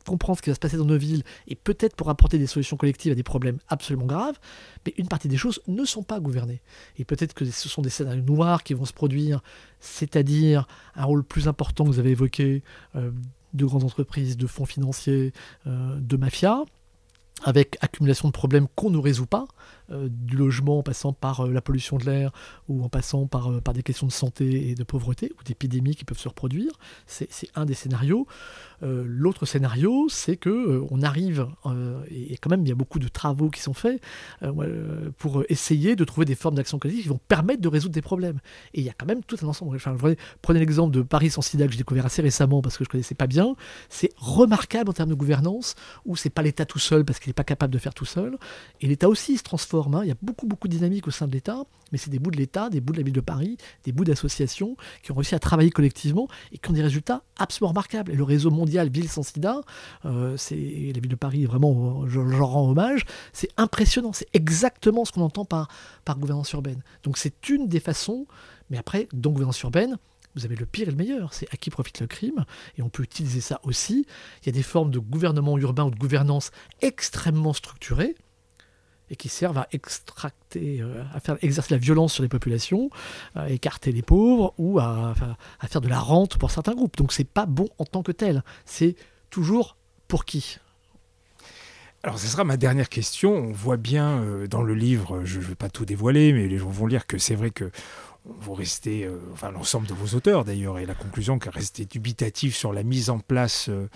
comprendre ce qui va se passer dans nos villes et peut-être pour apporter des solutions collectives à des problèmes absolument graves, mais une partie des choses ne sont pas gouvernées. Et peut-être que ce sont des scénarios noirs qui vont se produire, c'est-à-dire un rôle plus important que vous avez évoqué, euh, de grandes entreprises, de fonds financiers, euh, de mafias, avec accumulation de problèmes qu'on ne résout pas, euh, du logement en passant par euh, la pollution de l'air ou en passant par, euh, par des questions de santé et de pauvreté ou d'épidémies qui peuvent se reproduire. C'est, c'est un des scénarios. Euh, l'autre scénario, c'est que euh, on arrive, euh, et, et quand même il y a beaucoup de travaux qui sont faits euh, pour essayer de trouver des formes d'action collective qui vont permettre de résoudre des problèmes. Et il y a quand même tout un ensemble. Enfin, prenez, prenez l'exemple de Paris sans sida que j'ai découvert assez récemment parce que je ne connaissais pas bien. C'est remarquable en termes de gouvernance où c'est pas l'État tout seul parce qu'il n'est pas capable de faire tout seul. Et l'État aussi se transforme. Hein. Il y a beaucoup beaucoup de dynamique au sein de l'État, mais c'est des bouts de l'État, des bouts de la ville de Paris, des bouts d'associations qui ont réussi à travailler collectivement et qui ont des résultats absolument remarquables. Et le réseau mondial Ville sans sida, euh, c'est, la ville de Paris, vraiment, je leur rends hommage, c'est impressionnant. C'est exactement ce qu'on entend par, par gouvernance urbaine. Donc c'est une des façons, mais après, dans gouvernance urbaine, vous avez le pire et le meilleur, c'est à qui profite le crime, et on peut utiliser ça aussi. Il y a des formes de gouvernement urbain ou de gouvernance extrêmement structurées, et qui servent à extracter, euh, à faire exercer la violence sur les populations, à écarter les pauvres ou à, à, à faire de la rente pour certains groupes. Donc c'est pas bon en tant que tel. C'est toujours pour qui ? Alors, ce sera ma dernière question. On voit bien euh, dans le livre, je ne vais pas tout dévoiler, mais les gens vont lire que c'est vrai que vous restez, euh, enfin l'ensemble de vos auteurs d'ailleurs, et la conclusion qu'elle restait dubitative sur la mise en place euh,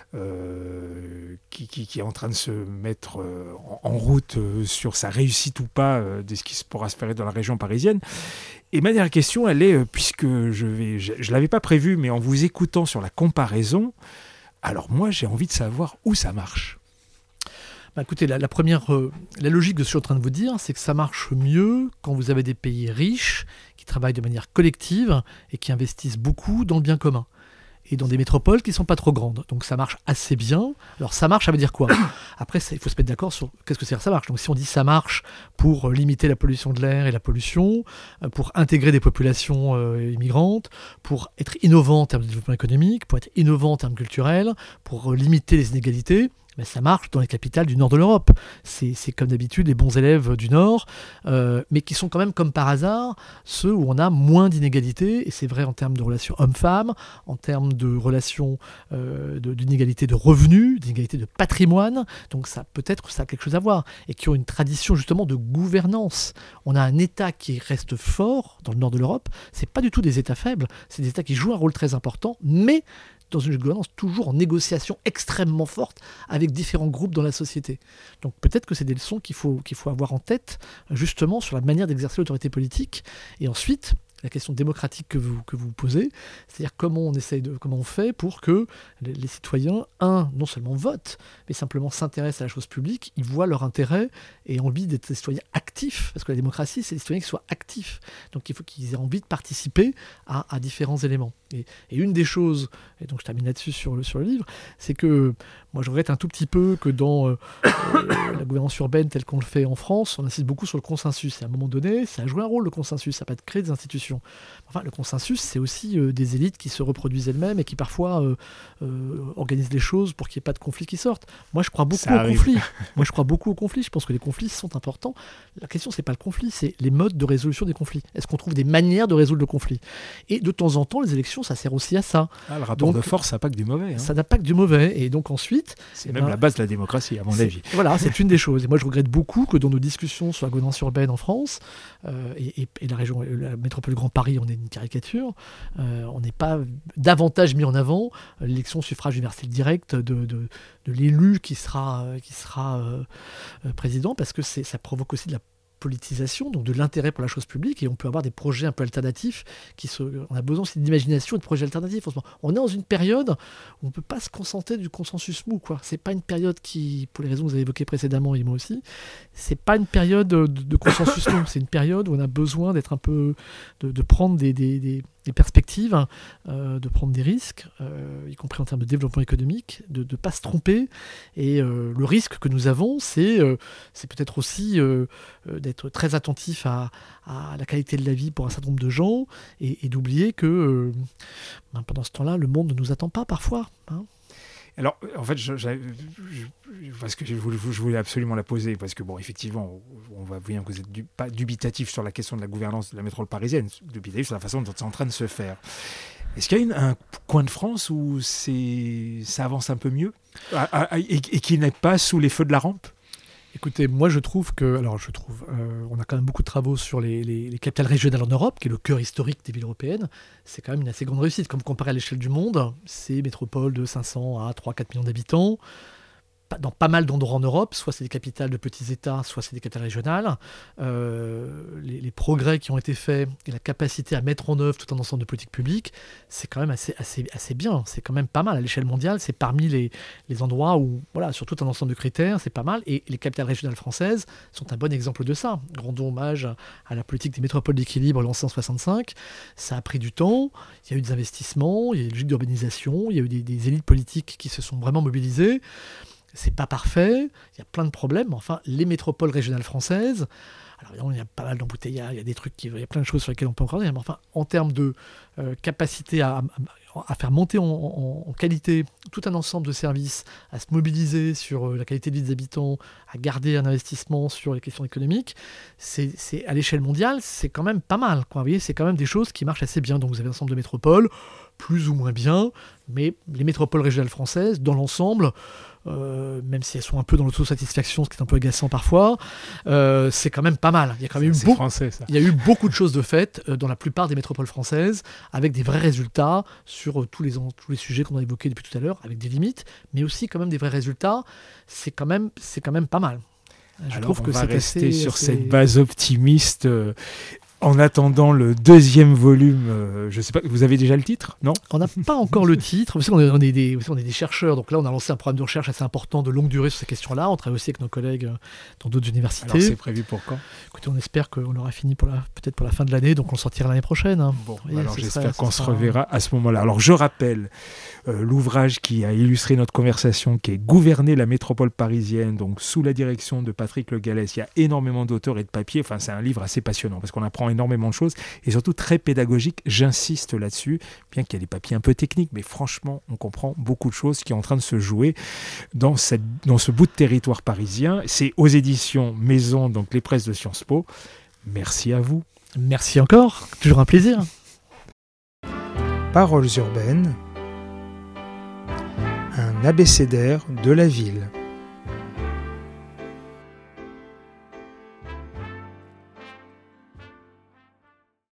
euh, qui, qui, qui est en train de se mettre euh, en, en route euh, sur sa réussite ou pas euh, de ce qui pourra se faire dans la région parisienne. Et ma dernière question, elle est, euh, puisque je vais, je ne l'avais pas prévu, mais en vous écoutant sur la comparaison, alors moi j'ai envie de savoir où ça marche. Bah écoutez, la, la première, euh, la logique de ce que je suis en train de vous dire, c'est que ça marche mieux quand vous avez des pays riches qui travaillent de manière collective et qui investissent beaucoup dans le bien commun. Et dans des métropoles qui ne sont pas trop grandes. Donc ça marche assez bien. Alors ça marche, ça veut dire quoi ? Après, il faut se mettre d'accord sur qu'est-ce que c'est que ça marche. Donc si on dit ça marche pour limiter la pollution de l'air et la pollution, pour intégrer des populations euh, immigrantes, pour être innovant en termes de développement économique, pour être innovant en termes culturels, pour euh, limiter les inégalités, ben ça marche dans les capitales du nord de l'Europe. C'est, c'est comme d'habitude les bons élèves du nord, euh, mais qui sont quand même comme par hasard ceux où on a moins d'inégalités, et c'est vrai en termes de relations hommes-femmes, en termes de relations euh, de, d'inégalités de revenus, d'inégalités de patrimoine, donc ça peut-être ça a quelque chose à voir, et qui ont une tradition justement de gouvernance. On a un État qui reste fort dans le nord de l'Europe, c'est pas du tout des États faibles, c'est des États qui jouent un rôle très important, mais dans une gouvernance toujours en négociation extrêmement forte avec différents groupes dans la société. Donc peut-être que c'est des leçons qu'il faut, qu'il faut avoir en tête, justement, sur la manière d'exercer l'autorité politique. Et ensuite, la question démocratique que vous, que vous posez, c'est-à-dire comment on essaye de, comment on fait pour que les, les citoyens, un, non seulement votent, mais simplement s'intéressent à la chose publique, ils voient leur intérêt et ont envie d'être des citoyens actifs, parce que la démocratie, c'est des citoyens qui soient actifs. Donc il faut qu'ils aient envie de participer à, à différents éléments. Et, et une des choses, et donc je termine là-dessus sur le, sur le livre, c'est que moi je regrette un tout petit peu que dans euh, euh, la gouvernance urbaine telle qu'on le fait en France, on insiste beaucoup sur le consensus. Et à un moment donné, ça a joué un rôle, le consensus, ça n'a pas de créer des institutions. Enfin, le consensus, c'est aussi euh, des élites qui se reproduisent elles-mêmes et qui parfois euh, euh, organisent les choses pour qu'il n'y ait pas de conflits qui sortent. Moi, je crois beaucoup Ça au arrive. conflit. Moi, je crois beaucoup au conflit. Je pense que les conflits sont importants. La question, c'est pas le conflit, c'est les modes de résolution des conflits. Est-ce qu'on trouve des manières de résoudre le conflit ? Et de temps en temps, les élections, ça sert aussi à ça. Ah, le rapport Donc, de force, ça n'a pas que du mauvais. Hein. Ça n'a pas que du mauvais. Et donc ensuite... C'est eh même ben, la base de la démocratie, à mon c'est- avis. Voilà, c'est une des choses. Et moi, je regrette beaucoup que dans nos discussions sur la gouvernance urbaine en France, euh, et, et- et la région, la métropole Grand Paris, on est une caricature, euh, on n'est pas davantage mis en avant euh, l'élection au suffrage universel direct de, de, de l'élu qui sera, euh, qui sera euh, euh, président, parce que c'est, ça provoque aussi de la politisation, donc de l'intérêt pour la chose publique, et on peut avoir des projets un peu alternatifs qui se, on a besoin aussi d'imagination et de projets alternatifs en ce moment. On est dans une période où on ne peut pas se contenter du consensus mou, quoi. C'est pas une période qui, pour les raisons que vous avez évoquées précédemment et moi aussi, c'est pas une période de, de consensus mou, c'est une période où on a besoin d'être un peu, de, de prendre des, des, des, des perspectives, hein, euh, de prendre des risques, euh, y compris en termes de développement économique, de ne pas se tromper. Et euh, le risque que nous avons, c'est, euh, c'est peut-être aussi euh, euh, d'être très attentif à, à la qualité de la vie pour un certain nombre de gens et, et d'oublier que euh, ben, pendant ce temps-là, le monde ne nous attend pas parfois. Hein. Alors, en fait, je, je, je, parce que je voulais, je voulais absolument la poser, parce que, bon, effectivement, on va voir que vous êtes du, pas dubitatif sur la question de la gouvernance de la métropole parisienne, dubitatif sur la façon dont c'est en train de se faire. Est-ce qu'il y a une, un coin de France où c'est, ça avance un peu mieux et, et, et qui n'est pas sous les feux de la rampe ? Écoutez, moi je trouve que, alors je trouve, euh, on a quand même beaucoup de travaux sur les, les, les capitales régionales en Europe, qui est le cœur historique des villes européennes. C'est quand même une assez grande réussite. Comme comparé à l'échelle du monde, c'est métropole de cinq cents à trois à quatre millions d'habitants. Dans pas mal d'endroits en Europe, soit c'est des capitales de petits États, soit c'est des capitales régionales. Euh, les, les progrès qui ont été faits et la capacité à mettre en œuvre tout un ensemble de politiques publiques, c'est quand même assez, assez, assez bien. C'est quand même pas mal. À l'échelle mondiale, c'est parmi les, les endroits où, voilà, sur tout un ensemble de critères, c'est pas mal. Et les capitales régionales françaises sont un bon exemple de ça. Rendons hommage à la politique des métropoles d'équilibre lancée en soixante-cinq. Ça a pris du temps. Il y a eu des investissements, il y a eu des logiques d'urbanisation, il y a eu des, des élites politiques qui se sont vraiment mobilisées. C'est pas parfait, il y a plein de problèmes, mais enfin, les métropoles régionales françaises, alors évidemment, il y a pas mal d'embouteillages, il y a des trucs, qui, il y a plein de choses sur lesquelles on peut encore dire, mais enfin, en termes de euh, capacité à, à, à faire monter en, en, en qualité tout un ensemble de services, à se mobiliser sur euh, la qualité de vie des habitants, à garder un investissement sur les questions économiques, c'est, c'est à l'échelle mondiale, c'est quand même pas mal, quoi. Vous voyez, c'est quand même des choses qui marchent assez bien. Donc vous avez un ensemble de métropoles, plus ou moins bien, mais les métropoles régionales françaises, dans l'ensemble, Euh, même si elles sont un peu dans l'autosatisfaction, ce qui est un peu agaçant parfois, euh, c'est quand même pas mal. Il y a quand même c'est eu, beau- français, ça. il y a eu beaucoup de choses de faites euh, dans la plupart des métropoles françaises, avec des vrais résultats sur euh, tous, les, tous les sujets qu'on a évoqués depuis tout à l'heure, avec des limites, mais aussi quand même des vrais résultats. C'est quand même, c'est quand même pas mal. Je Alors, trouve on que va c'est rester assez, sur assez... cette base optimiste. Euh... En attendant le deuxième volume, euh, je sais pas, vous avez déjà le titre, non ? On n'a pas encore le titre. Vous savez, on est, on, est des, on est des chercheurs, donc là on a lancé un programme de recherche assez important de longue durée sur ces questions-là. On travaille aussi avec nos collègues dans d'autres universités. Alors c'est prévu pour quand ? Écoutez, on espère qu'on aura fini pour la, peut-être pour la fin de l'année, donc on le sortira l'année prochaine. Hein. Bon, voyez, alors j'espère serait, qu'on se sera... reverra à ce moment-là. Alors je rappelle euh, l'ouvrage qui a illustré notre conversation, qui est Gouverner la métropole parisienne, donc sous la direction de Patrick Le Gallès. Il y a énormément d'auteurs et de papiers. Enfin, c'est un livre assez passionnant parce qu'on apprend énormément de choses. Et surtout très pédagogique, j'insiste là-dessus, bien qu'il y ait des papiers un peu techniques, mais franchement, on comprend beaucoup de choses qui sont en train de se jouer dans, cette, dans ce bout de territoire parisien. C'est aux éditions Maison, donc les presses de Sciences Po. Merci à vous. Merci encore, toujours un plaisir. Paroles urbaines, un abécédaire de la ville.